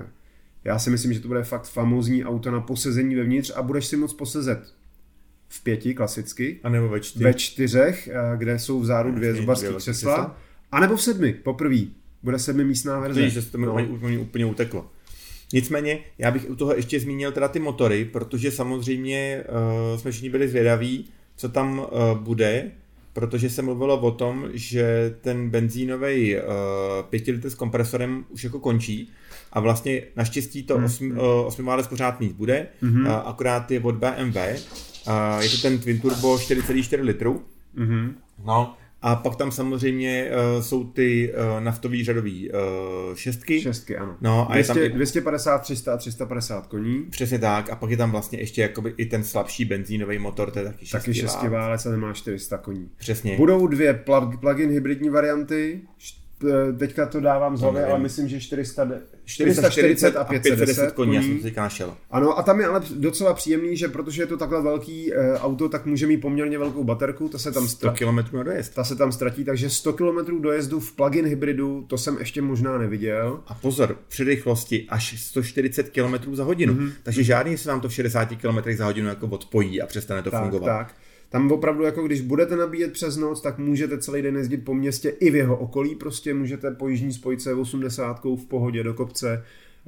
já si myslím, že to bude fakt famózní auto na posezení vevnitř a budeš si moc posezet v pěti klasicky, a nebo ve, čtyř. ve čtyřech, kde jsou vzadu dvě zubarské křesla, a nebo v sedmi, poprvý. Bude sedmimístná verze. Víš, že se to no. úplně, úplně uteklo. Nicméně, já bych u toho ještě zmínil teda ty motory, protože samozřejmě uh, jsme všichni byli zvědaví, co tam uh, bude, protože se mluvilo o tom, že ten benzínový uh, pěti litr s kompresorem už jako končí a vlastně naštěstí to mm. osmiválec pořád mít bude, mm-hmm. uh, akorát je od B M W, uh, je to ten Twin Turbo čtyři celá čtyři litru, mm-hmm. no. A pak tam samozřejmě uh, jsou ty uh, naftový řadový uh, šestky. Šestky, ano. No, a dvě stě, je tam dvě stě padesát, tři sta a tři sta padesát koní. Přesně tak. A pak je tam vlastně ještě jakoby i ten slabší benzínový motor, to je taky šestiválec. Taky šestiválec a nemá čtyři sta koní. Přesně. Budou dvě plug-in hybridní varianty. Teďka to dávám z hlavy, ale myslím, že čtyři sta čtyřicet a pět set deset koní. Já jsem to teďka našel. Ano, a tam je ale docela příjemný, že protože je to takhle velký e, auto, tak může mít poměrně velkou baterku, ta se tam sto kilometrů na dojezd. Ta se tam ztratí, takže sto kilometrů dojezdu v plug-in hybridu, to jsem ještě možná neviděl. A pozor, při rychlosti až sto čtyřicet kilometrů za hodinu. Mm-hmm. Takže žádný se vám to v šedesáti kilometrech za hodinu jako odpojí a přestane to tak, fungovat. Tak. Tam opravdu, jako když budete nabíjet přes noc, tak můžete celý den jezdit po městě i v jeho okolí, prostě můžete po jižní spojce osmdesátkou v pohodě do kopce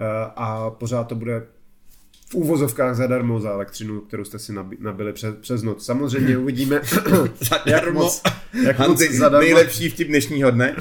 a pořád to bude v úvozovkách zadarmo za elektřinu, kterou jste si nabili přes, přes noc. Samozřejmě uvidíme, jak moc, jak Hanzi, moc zadarmo, nejlepší vtip dnešního dne.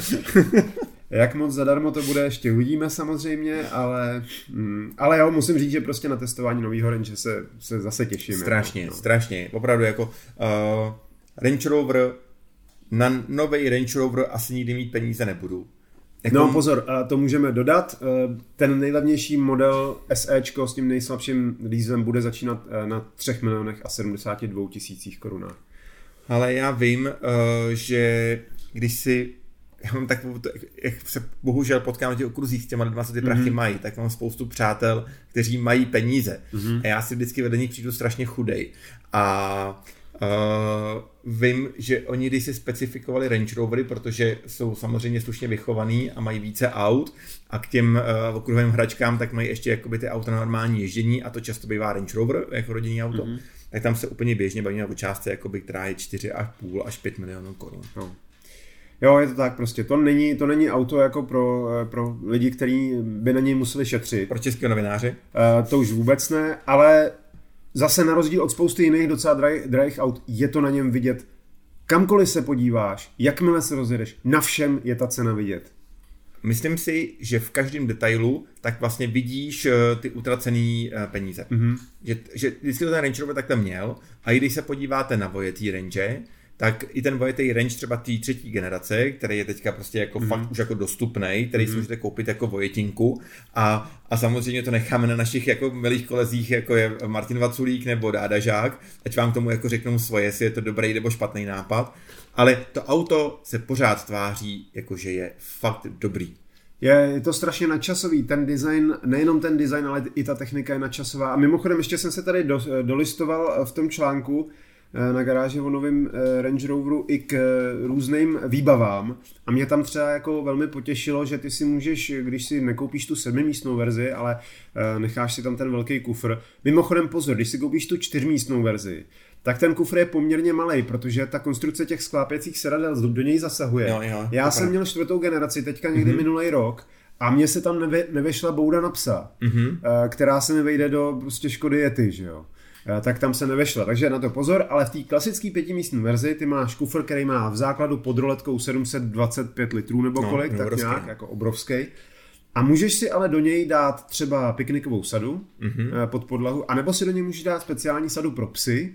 Jak moc zadarmo to bude, ještě uvidíme samozřejmě, ale, mm, ale jo, musím říct, že prostě na testování nového Range se, se zase těším. Strašně, jako, no. strašně. Opravdu jako uh, Range Rover, na nový Range Rover asi nikdy mít peníze nebudu. Jako... No pozor, to můžeme dodat. Ten nejlevnější model SEčko s tím nejslabším dieselem bude začínat na třech milionech a sedmdesáti dvou tisících korunách. Ale já vím, že když si já mám takovou, jak se bohužel potkám na těch okruzích s těma lidma, co ty prachy mm-hmm. mají, tak mám spoustu přátel, kteří mají peníze. Mm-hmm. A já si vždycky vedle nich přijdu strašně chudej. A uh, vím, že oni když si specifikovali Range Rovery, protože jsou samozřejmě slušně vychovaný a mají více aut a k těm uh, okruhovým hračkám tak mají ještě jakoby ty auta na normální ježdění a to často bývá Range Rover jako rodinný auto. Mm-hmm. Tak tam se úplně běžně bavíme o částce, jakoby, která je čtyři a půl až pět milionů korun. No. Jo, je to tak prostě. To není, to není auto jako pro, pro lidi, kteří by na něj museli šetřit. Pro české novináři? Uh, to už vůbec ne, ale zase na rozdíl od spousty jiných docela drahých, drahých aut je to na něm vidět. Kamkoliv se podíváš, jakmile se rozjedeš, na všem je ta cena vidět. Myslím si, že v každém detailu tak vlastně vidíš ty utracený peníze. Mm-hmm. Že, že vždycky to ten Range Rover takhle měl a i když se podíváte na vojetý Range, tak i ten vojetý Range třeba té třetí generace, který je teďka prostě jako mm. fakt už jako dostupnej, který mm. si můžete koupit jako vojetinku a, a samozřejmě to necháme na našich jako milých kolezích, jako je Martin Vaculík nebo Dáda Žák, ať vám k tomu jako řeknou svoje, jestli je to dobrý nebo špatný nápad, ale to auto se pořád tváří, jako že je fakt dobrý. Je, je to strašně nadčasový, ten design, nejenom ten design, ale i ta technika je nadčasová. A mimochodem ještě jsem se tady do, dolistoval v tom článku na garáži o novém Range Roveru i k různým výbavám. A mě tam třeba jako velmi potěšilo, že ty si můžeš, když si nekoupíš tu sedmimístnou verzi, ale necháš si tam ten velký kufr. Mimochodem pozor, když si koupíš tu čtyřmístnou verzi, tak ten kufr je poměrně malej, protože ta konstrukce těch sklápěcích sedadel do něj zasahuje. Jo, jo, Já jsem měl čtvrtou generaci, teďka někdy mm-hmm. minulý rok, a mně se tam nevy, nevyšla bouda na psa, mm-hmm. která se nevejde do prostě Škody Yeti, že jo. Tak tam se nevešla, takže na to pozor, ale v té klasické pětimístní verzi ty máš kufr, který má v základu pod roletkou sedm set dvacet pět litrů nebo kolik, no, tak obrovský. Nějak, jako obrovský. A můžeš si ale do něj dát třeba piknikovou sadu mm-hmm. pod podlahu, anebo si do něj můžeš dát speciální sadu pro psy,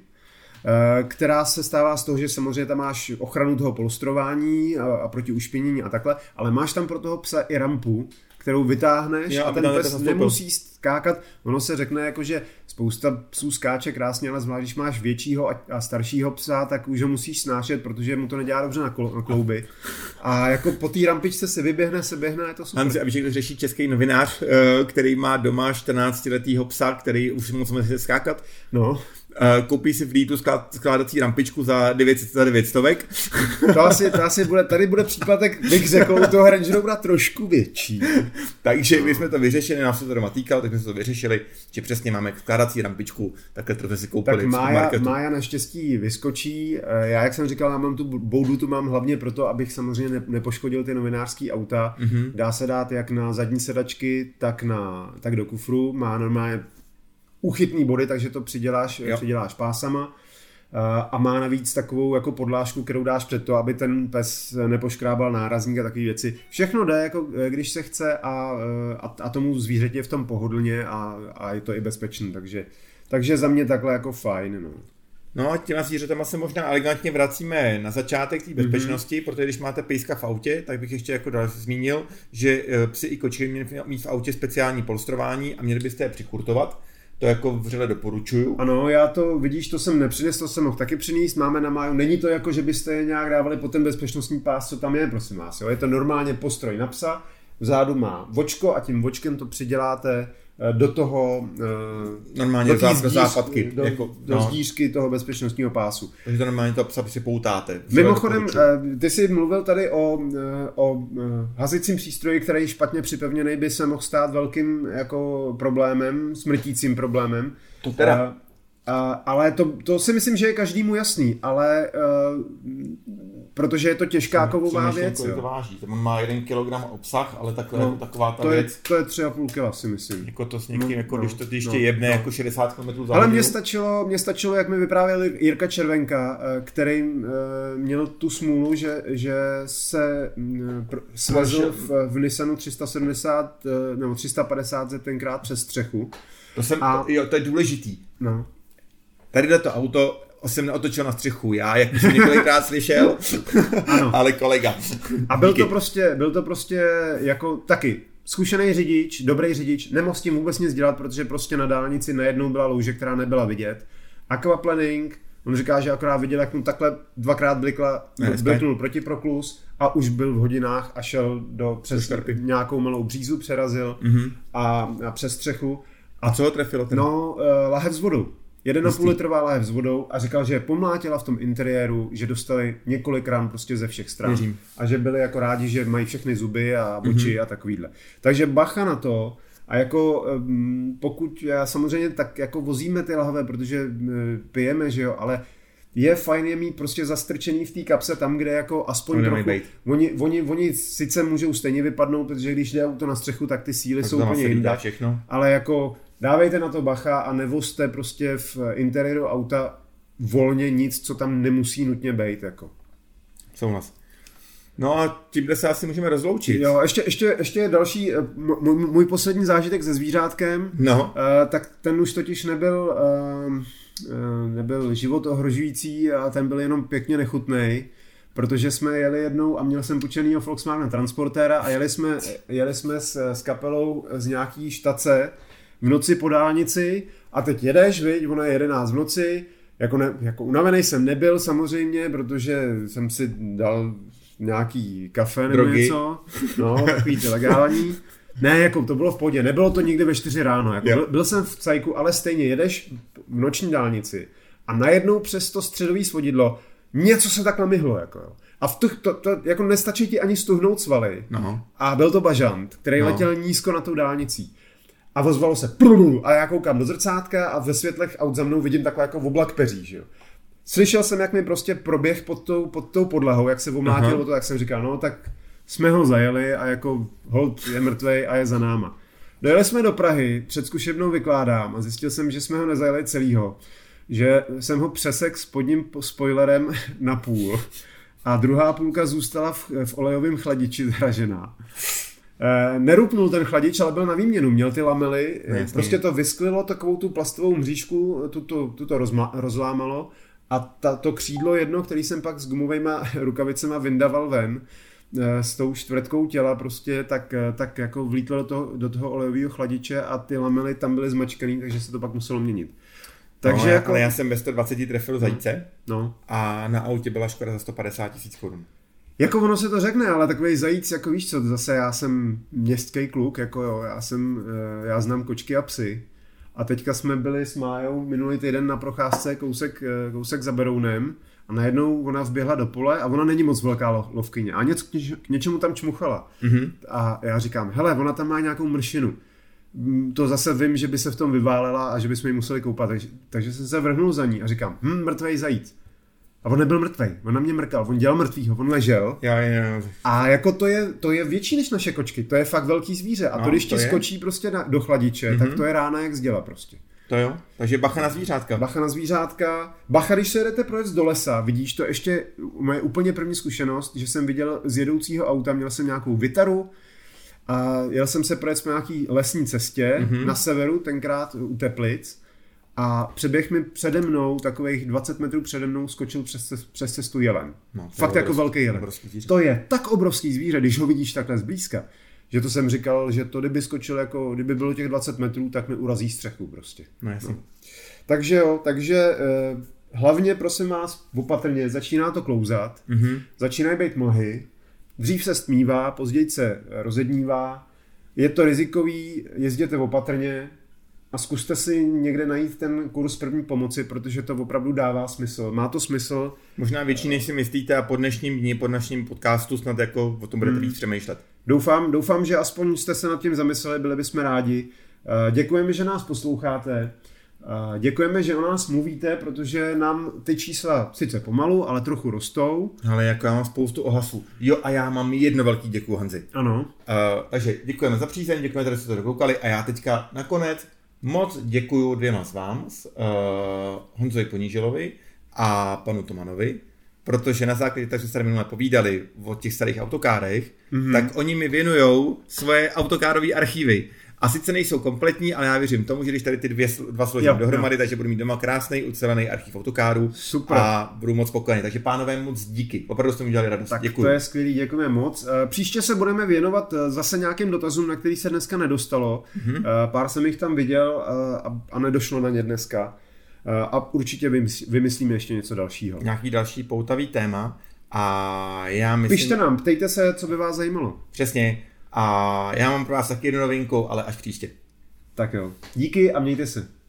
která se stává z toho, že samozřejmě tam máš ochranu toho polstrování a, a proti ušpinění a takhle, ale máš tam pro toho psa i rampu, kterou vytáhneš jo, a ten pes nemusí skákat. Ono se řekne jako, že spousta psů skáče krásně, ale zvlášť když máš většího a, a staršího psa, tak už ho musíš snášet, protože mu to nedělá dobře na, kol, na klouby. A jako po té rampičce se vyběhne, se běhne, je to super. Mám si, aby to řeší český novinář, který má doma čtrnáctiletýho psa, který už moc může skákat. No. Koupí si v Lidlu skládací rampičku za devět set, za devět stovek. To asi, to asi bude, tady bude případek, bych řekl, u toho Range Rovera trošku větší. Takže my jsme to vyřešili, nás se to doma týkalo, tak jsme to vyřešili, že přesně máme skládací rampičku, takhle to jsme si koupili. Tak Mája, Mája naštěstí vyskočí. Já, jak jsem říkal, já mám tu boudu, tu mám hlavně proto, abych samozřejmě nepoškodil ty novinářský auta. Mm-hmm. Dá se dát jak na zadní sedačky, tak, na, tak do kufru. Má normálně uchytný body, takže to přiděláš, přiděláš pásama a má navíc takovou jako podlážku, kterou dáš před to, aby ten pes nepoškrábal nárazník a takové věci. Všechno jde, jako když se chce a, a, a tomu zvířeti je v tom pohodlně a, a je to i bezpečný, takže, takže za mě takhle jako fajn. No. No a těma zvířatama se možná elegantně vracíme na začátek té bezpečnosti, mm-hmm. protože když máte pejska v autě, tak bych ještě jako dál zmínil, že psi i kočky měli mít v autě speciální polstrování a měli byste je přikurtovat. To jako vřele doporučuju. Ano, já to, vidíš, to jsem nepřinesl, to jsem mohl taky přinést, máme na Máju. Není to jako, že byste je nějak dávali po ten bezpečnostní pás, co tam je, prosím vás. Jo? Je to normálně postroj na psa, vzadu má vočko a tím vočkem to přiděláte do toho normálně do, zdíř, do západky, do, jako, do no. zdířky toho bezpečnostního pásu. Takže to normálně to psa připoutáte. Mimochodem, ty jsi mluvil tady o, o hasicím přístroji, který špatně připevněný by se mohl stát velkým jako problémem, smrtícím problémem. To teda. Uh, ale to, to si myslím, že je každému jasný, ale uh, protože je to těžká kovová věc. To váží. On má jeden kilogram obsah, ale takhle, no, taková ta to věc. Je, to je tři a půl kila, si myslím. Jako to s někým, no, jako no, když to ještě no, jebne no. jako šedesát kilometrů za Ale mně stačilo, mně stačilo, jak mi vyprávěl Jirka Červenka, který uh, měl tu smůlu, že, že se uh, svezl v, v Nissanu tři sta sedmdesát uh, nebo tři sta padesát Z tenkrát přes střechu. To, jsem, a, to, jo, to je důležitý. No. Tady to auto jsem neotočil na střechu, já, jak jsem několikrát slyšel, ano. Ale kolega. A byl to, prostě, byl to prostě jako taky zkušený řidič, dobrý řidič, nemohl s tím vůbec nic dělat, protože prostě na dálnici najednou byla louže, která nebyla vidět. Aquaplaning, on říká, že akorát viděl, jak mu takhle dvakrát blikla, bliknul protiproklus a už byl v hodinách a šel do přes nějakou malou břízu, přerazil mm-hmm. a, a přes střechu. A co ho trefilo? Ten? No, uh, lahev s vodou. jeden a půl litrová lahev s vodou a říkal, že je pomlátila v tom interiéru, že dostali několik rán prostě ze všech stran. Věřím. A že byli jako rádi, že mají všechny zuby a oči mm-hmm. a takovýhle. Takže bacha na to a jako pokud, já samozřejmě tak jako vozíme ty lahve, protože pijeme, že jo, ale je fajn je mít prostě zastrčený v té kapse tam, kde jako aspoň trochu, oni, oni, oni sice můžou stejně vypadnout, protože když jde auto na střechu, tak ty síly tak jsou úplně jinde, ale jako dávejte na to bacha a nevozte prostě v interiéru auta volně nic, co tam nemusí nutně být. Jako. Souhlas. No a tímhle se asi můžeme rozloučit. Jo, ještě, ještě, ještě další, můj, můj poslední zážitek se zvířátkem, no. uh, tak ten už totiž nebyl, uh, nebyl život ohrožující a ten byl jenom pěkně nechutnej, protože jsme jeli jednou a měl jsem půjčenýho Volkswagen Transportéra a jeli jsme, jeli jsme s, s kapelou z nějaký štace v noci po dálnici a teď jedeš, viď, ono je jedenáct v noci, jako, ne, jako unavený jsem nebyl samozřejmě, protože jsem si dal nějaký kafe nebo Drogy. něco. No, takový ty legální. Ne, jako to bylo v pohodě, nebylo to nikdy ve čtyři ráno. Jako byl, byl jsem v cajku, ale stejně jedeš v noční dálnici a najednou přes to středový svodidlo něco se tak namihlo. Jako, jo. A v to, to, to, jako nestačí ti ani stuhnout svaly. No. A byl to bažant, který no. letěl nízko na tou dálnicí. A ozvalo se prrr, a já koukám do zrcátka a ve světlech aut za mnou vidím takhle jako oblak peří. Že jo. Slyšel jsem, jak mi prostě proběh pod tou, pod tou podlahou, jak se omlátilo to, jak jsem říkal, no tak jsme ho zajeli a jako hold je mrtvej a je za náma. Dojeli jsme do Prahy, před zkušebnou vykládám a zjistil jsem, že jsme ho nezajeli celýho. Že jsem ho přesek spodním spoilerem na půl a druhá půlka zůstala v, v olejovém chladiči zhražená. E, nerupnul ten chladič, ale byl na výměnu, měl ty lamely, Jasně. prostě to vysklilo takovou tu plastovou mřížku, tu to, tu to rozma, rozlámalo a ta, to křídlo jedno, který jsem pak s gumovejma rukavicema vyndaval ven, s tou čtvrtkou těla prostě tak, tak jako vlítlo do toho, do toho olejového chladiče a ty lamely tam byly zmačkaný, takže se to pak muselo měnit. Takže no, jako... Ale já jsem ve sto dvacet trefil zajíce no. a na autě byla škoda za sto padesát tisíc korun. Jako ono se to řekne, ale takový zajíc, jako víš co, zase já jsem městský kluk, jako jo, já jsem, já znám kočky a psy a teďka jsme byli s Májou minulý týden na procházce kousek, kousek za Berounem a najednou ona vběhla do pole a ona není moc velká lovkyně a něco, k něčemu tam čmuchala. Mm-hmm. A já říkám, hele, ona tam má nějakou mršinu. To zase vím, že by se v tom vyválela a že bychom ji museli koupat, takže, takže jsem se vrhnul za ní a říkám, hm, mrtvej zajíc. A on nebyl mrtvej, on na mě mrkal, on dělal mrtvýho, on ležel. Já, já. A jako to je, to je větší než naše kočky, to je fakt velký zvíře a no, to když ti skočí prostě na, do chladiče, mm-hmm. tak to je rána jak z děla prostě. To jo, takže bacha na zvířátka. Bacha na zvířátka. Bacha, když se jdete projet do lesa, vidíš to ještě, moje úplně první zkušenost, že jsem viděl z jedoucího auta, měl jsem nějakou Vitaru a jel jsem se projet po nějaký lesní cestě mm-hmm. na severu, tenkrát u Teplic a přeběh mi přede mnou, takových dvacet metrů přede mnou, skočil přes, přes cestu jelen. No, fakt jako velký jelen. To je tak obrovský zvíře, když ho vidíš takhle zblízka. Že to jsem říkal, že to kdyby skočil jako, kdyby bylo těch dvacet metrů, tak mi urazí střechu prostě. No jasně. No. Takže jo, takže eh, hlavně prosím vás opatrně, začíná to klouzat, mm-hmm. začínají být mlhy, dřív se stmívá, později se rozednívá, je to rizikový, jezděte opatrně a zkuste si někde najít ten kurz první pomoci, protože to opravdu dává smysl. Má to smysl. Možná větší, než si myslíte a po dnešním dni, po dnešním podcastu snad jako o tom budete víc přemýšlet. Doufám, doufám, že aspoň jste se nad tím zamysleli, byli bychom rádi. Děkujeme, že nás posloucháte. Děkujeme, že o nás mluvíte, protože nám ty čísla sice pomalu, ale trochu rostou. Ale jako já mám spoustu ohlasů. Jo, a já mám jedno velký děkuju, Hanzi. Ano. Uh, takže děkujeme za přízeň, děkujeme, že jste to dokoukali a já teďka nakonec moc děkuju dvěma z vám, uh, Honzovi Poníželovi a panu Tomanovi, protože na základě tak, že jsme minule povídali o těch starých autokárech, mm-hmm. tak oni mi věnujou svoje autokárové archívy. A sice nejsou kompletní, ale já věřím tomu, že když tady ty dvě, dva složím jo, dohromady, jo. takže budu mít doma krásný ucelený archív autokárů. Super. A budu moc spokojený. Takže pánové, moc díky. Opravdu jste mi udělali radost. Tak děkuji. To je skvělý, děkujeme moc. Příště se budeme věnovat zase nějakým dotazům, na který se dneska nedostalo. Mm-hmm. Pár jsem jich tam viděl a nedošlo na ně dneska. A určitě vymyslíme ještě něco dalšího. Nějaký další poutavý téma. A já myslím... Pište nám, ptejte se, co by vás zajímalo. Přesně. A já mám pro vás taky jednu novinku, ale až příště. Tak jo. Díky a mějte se.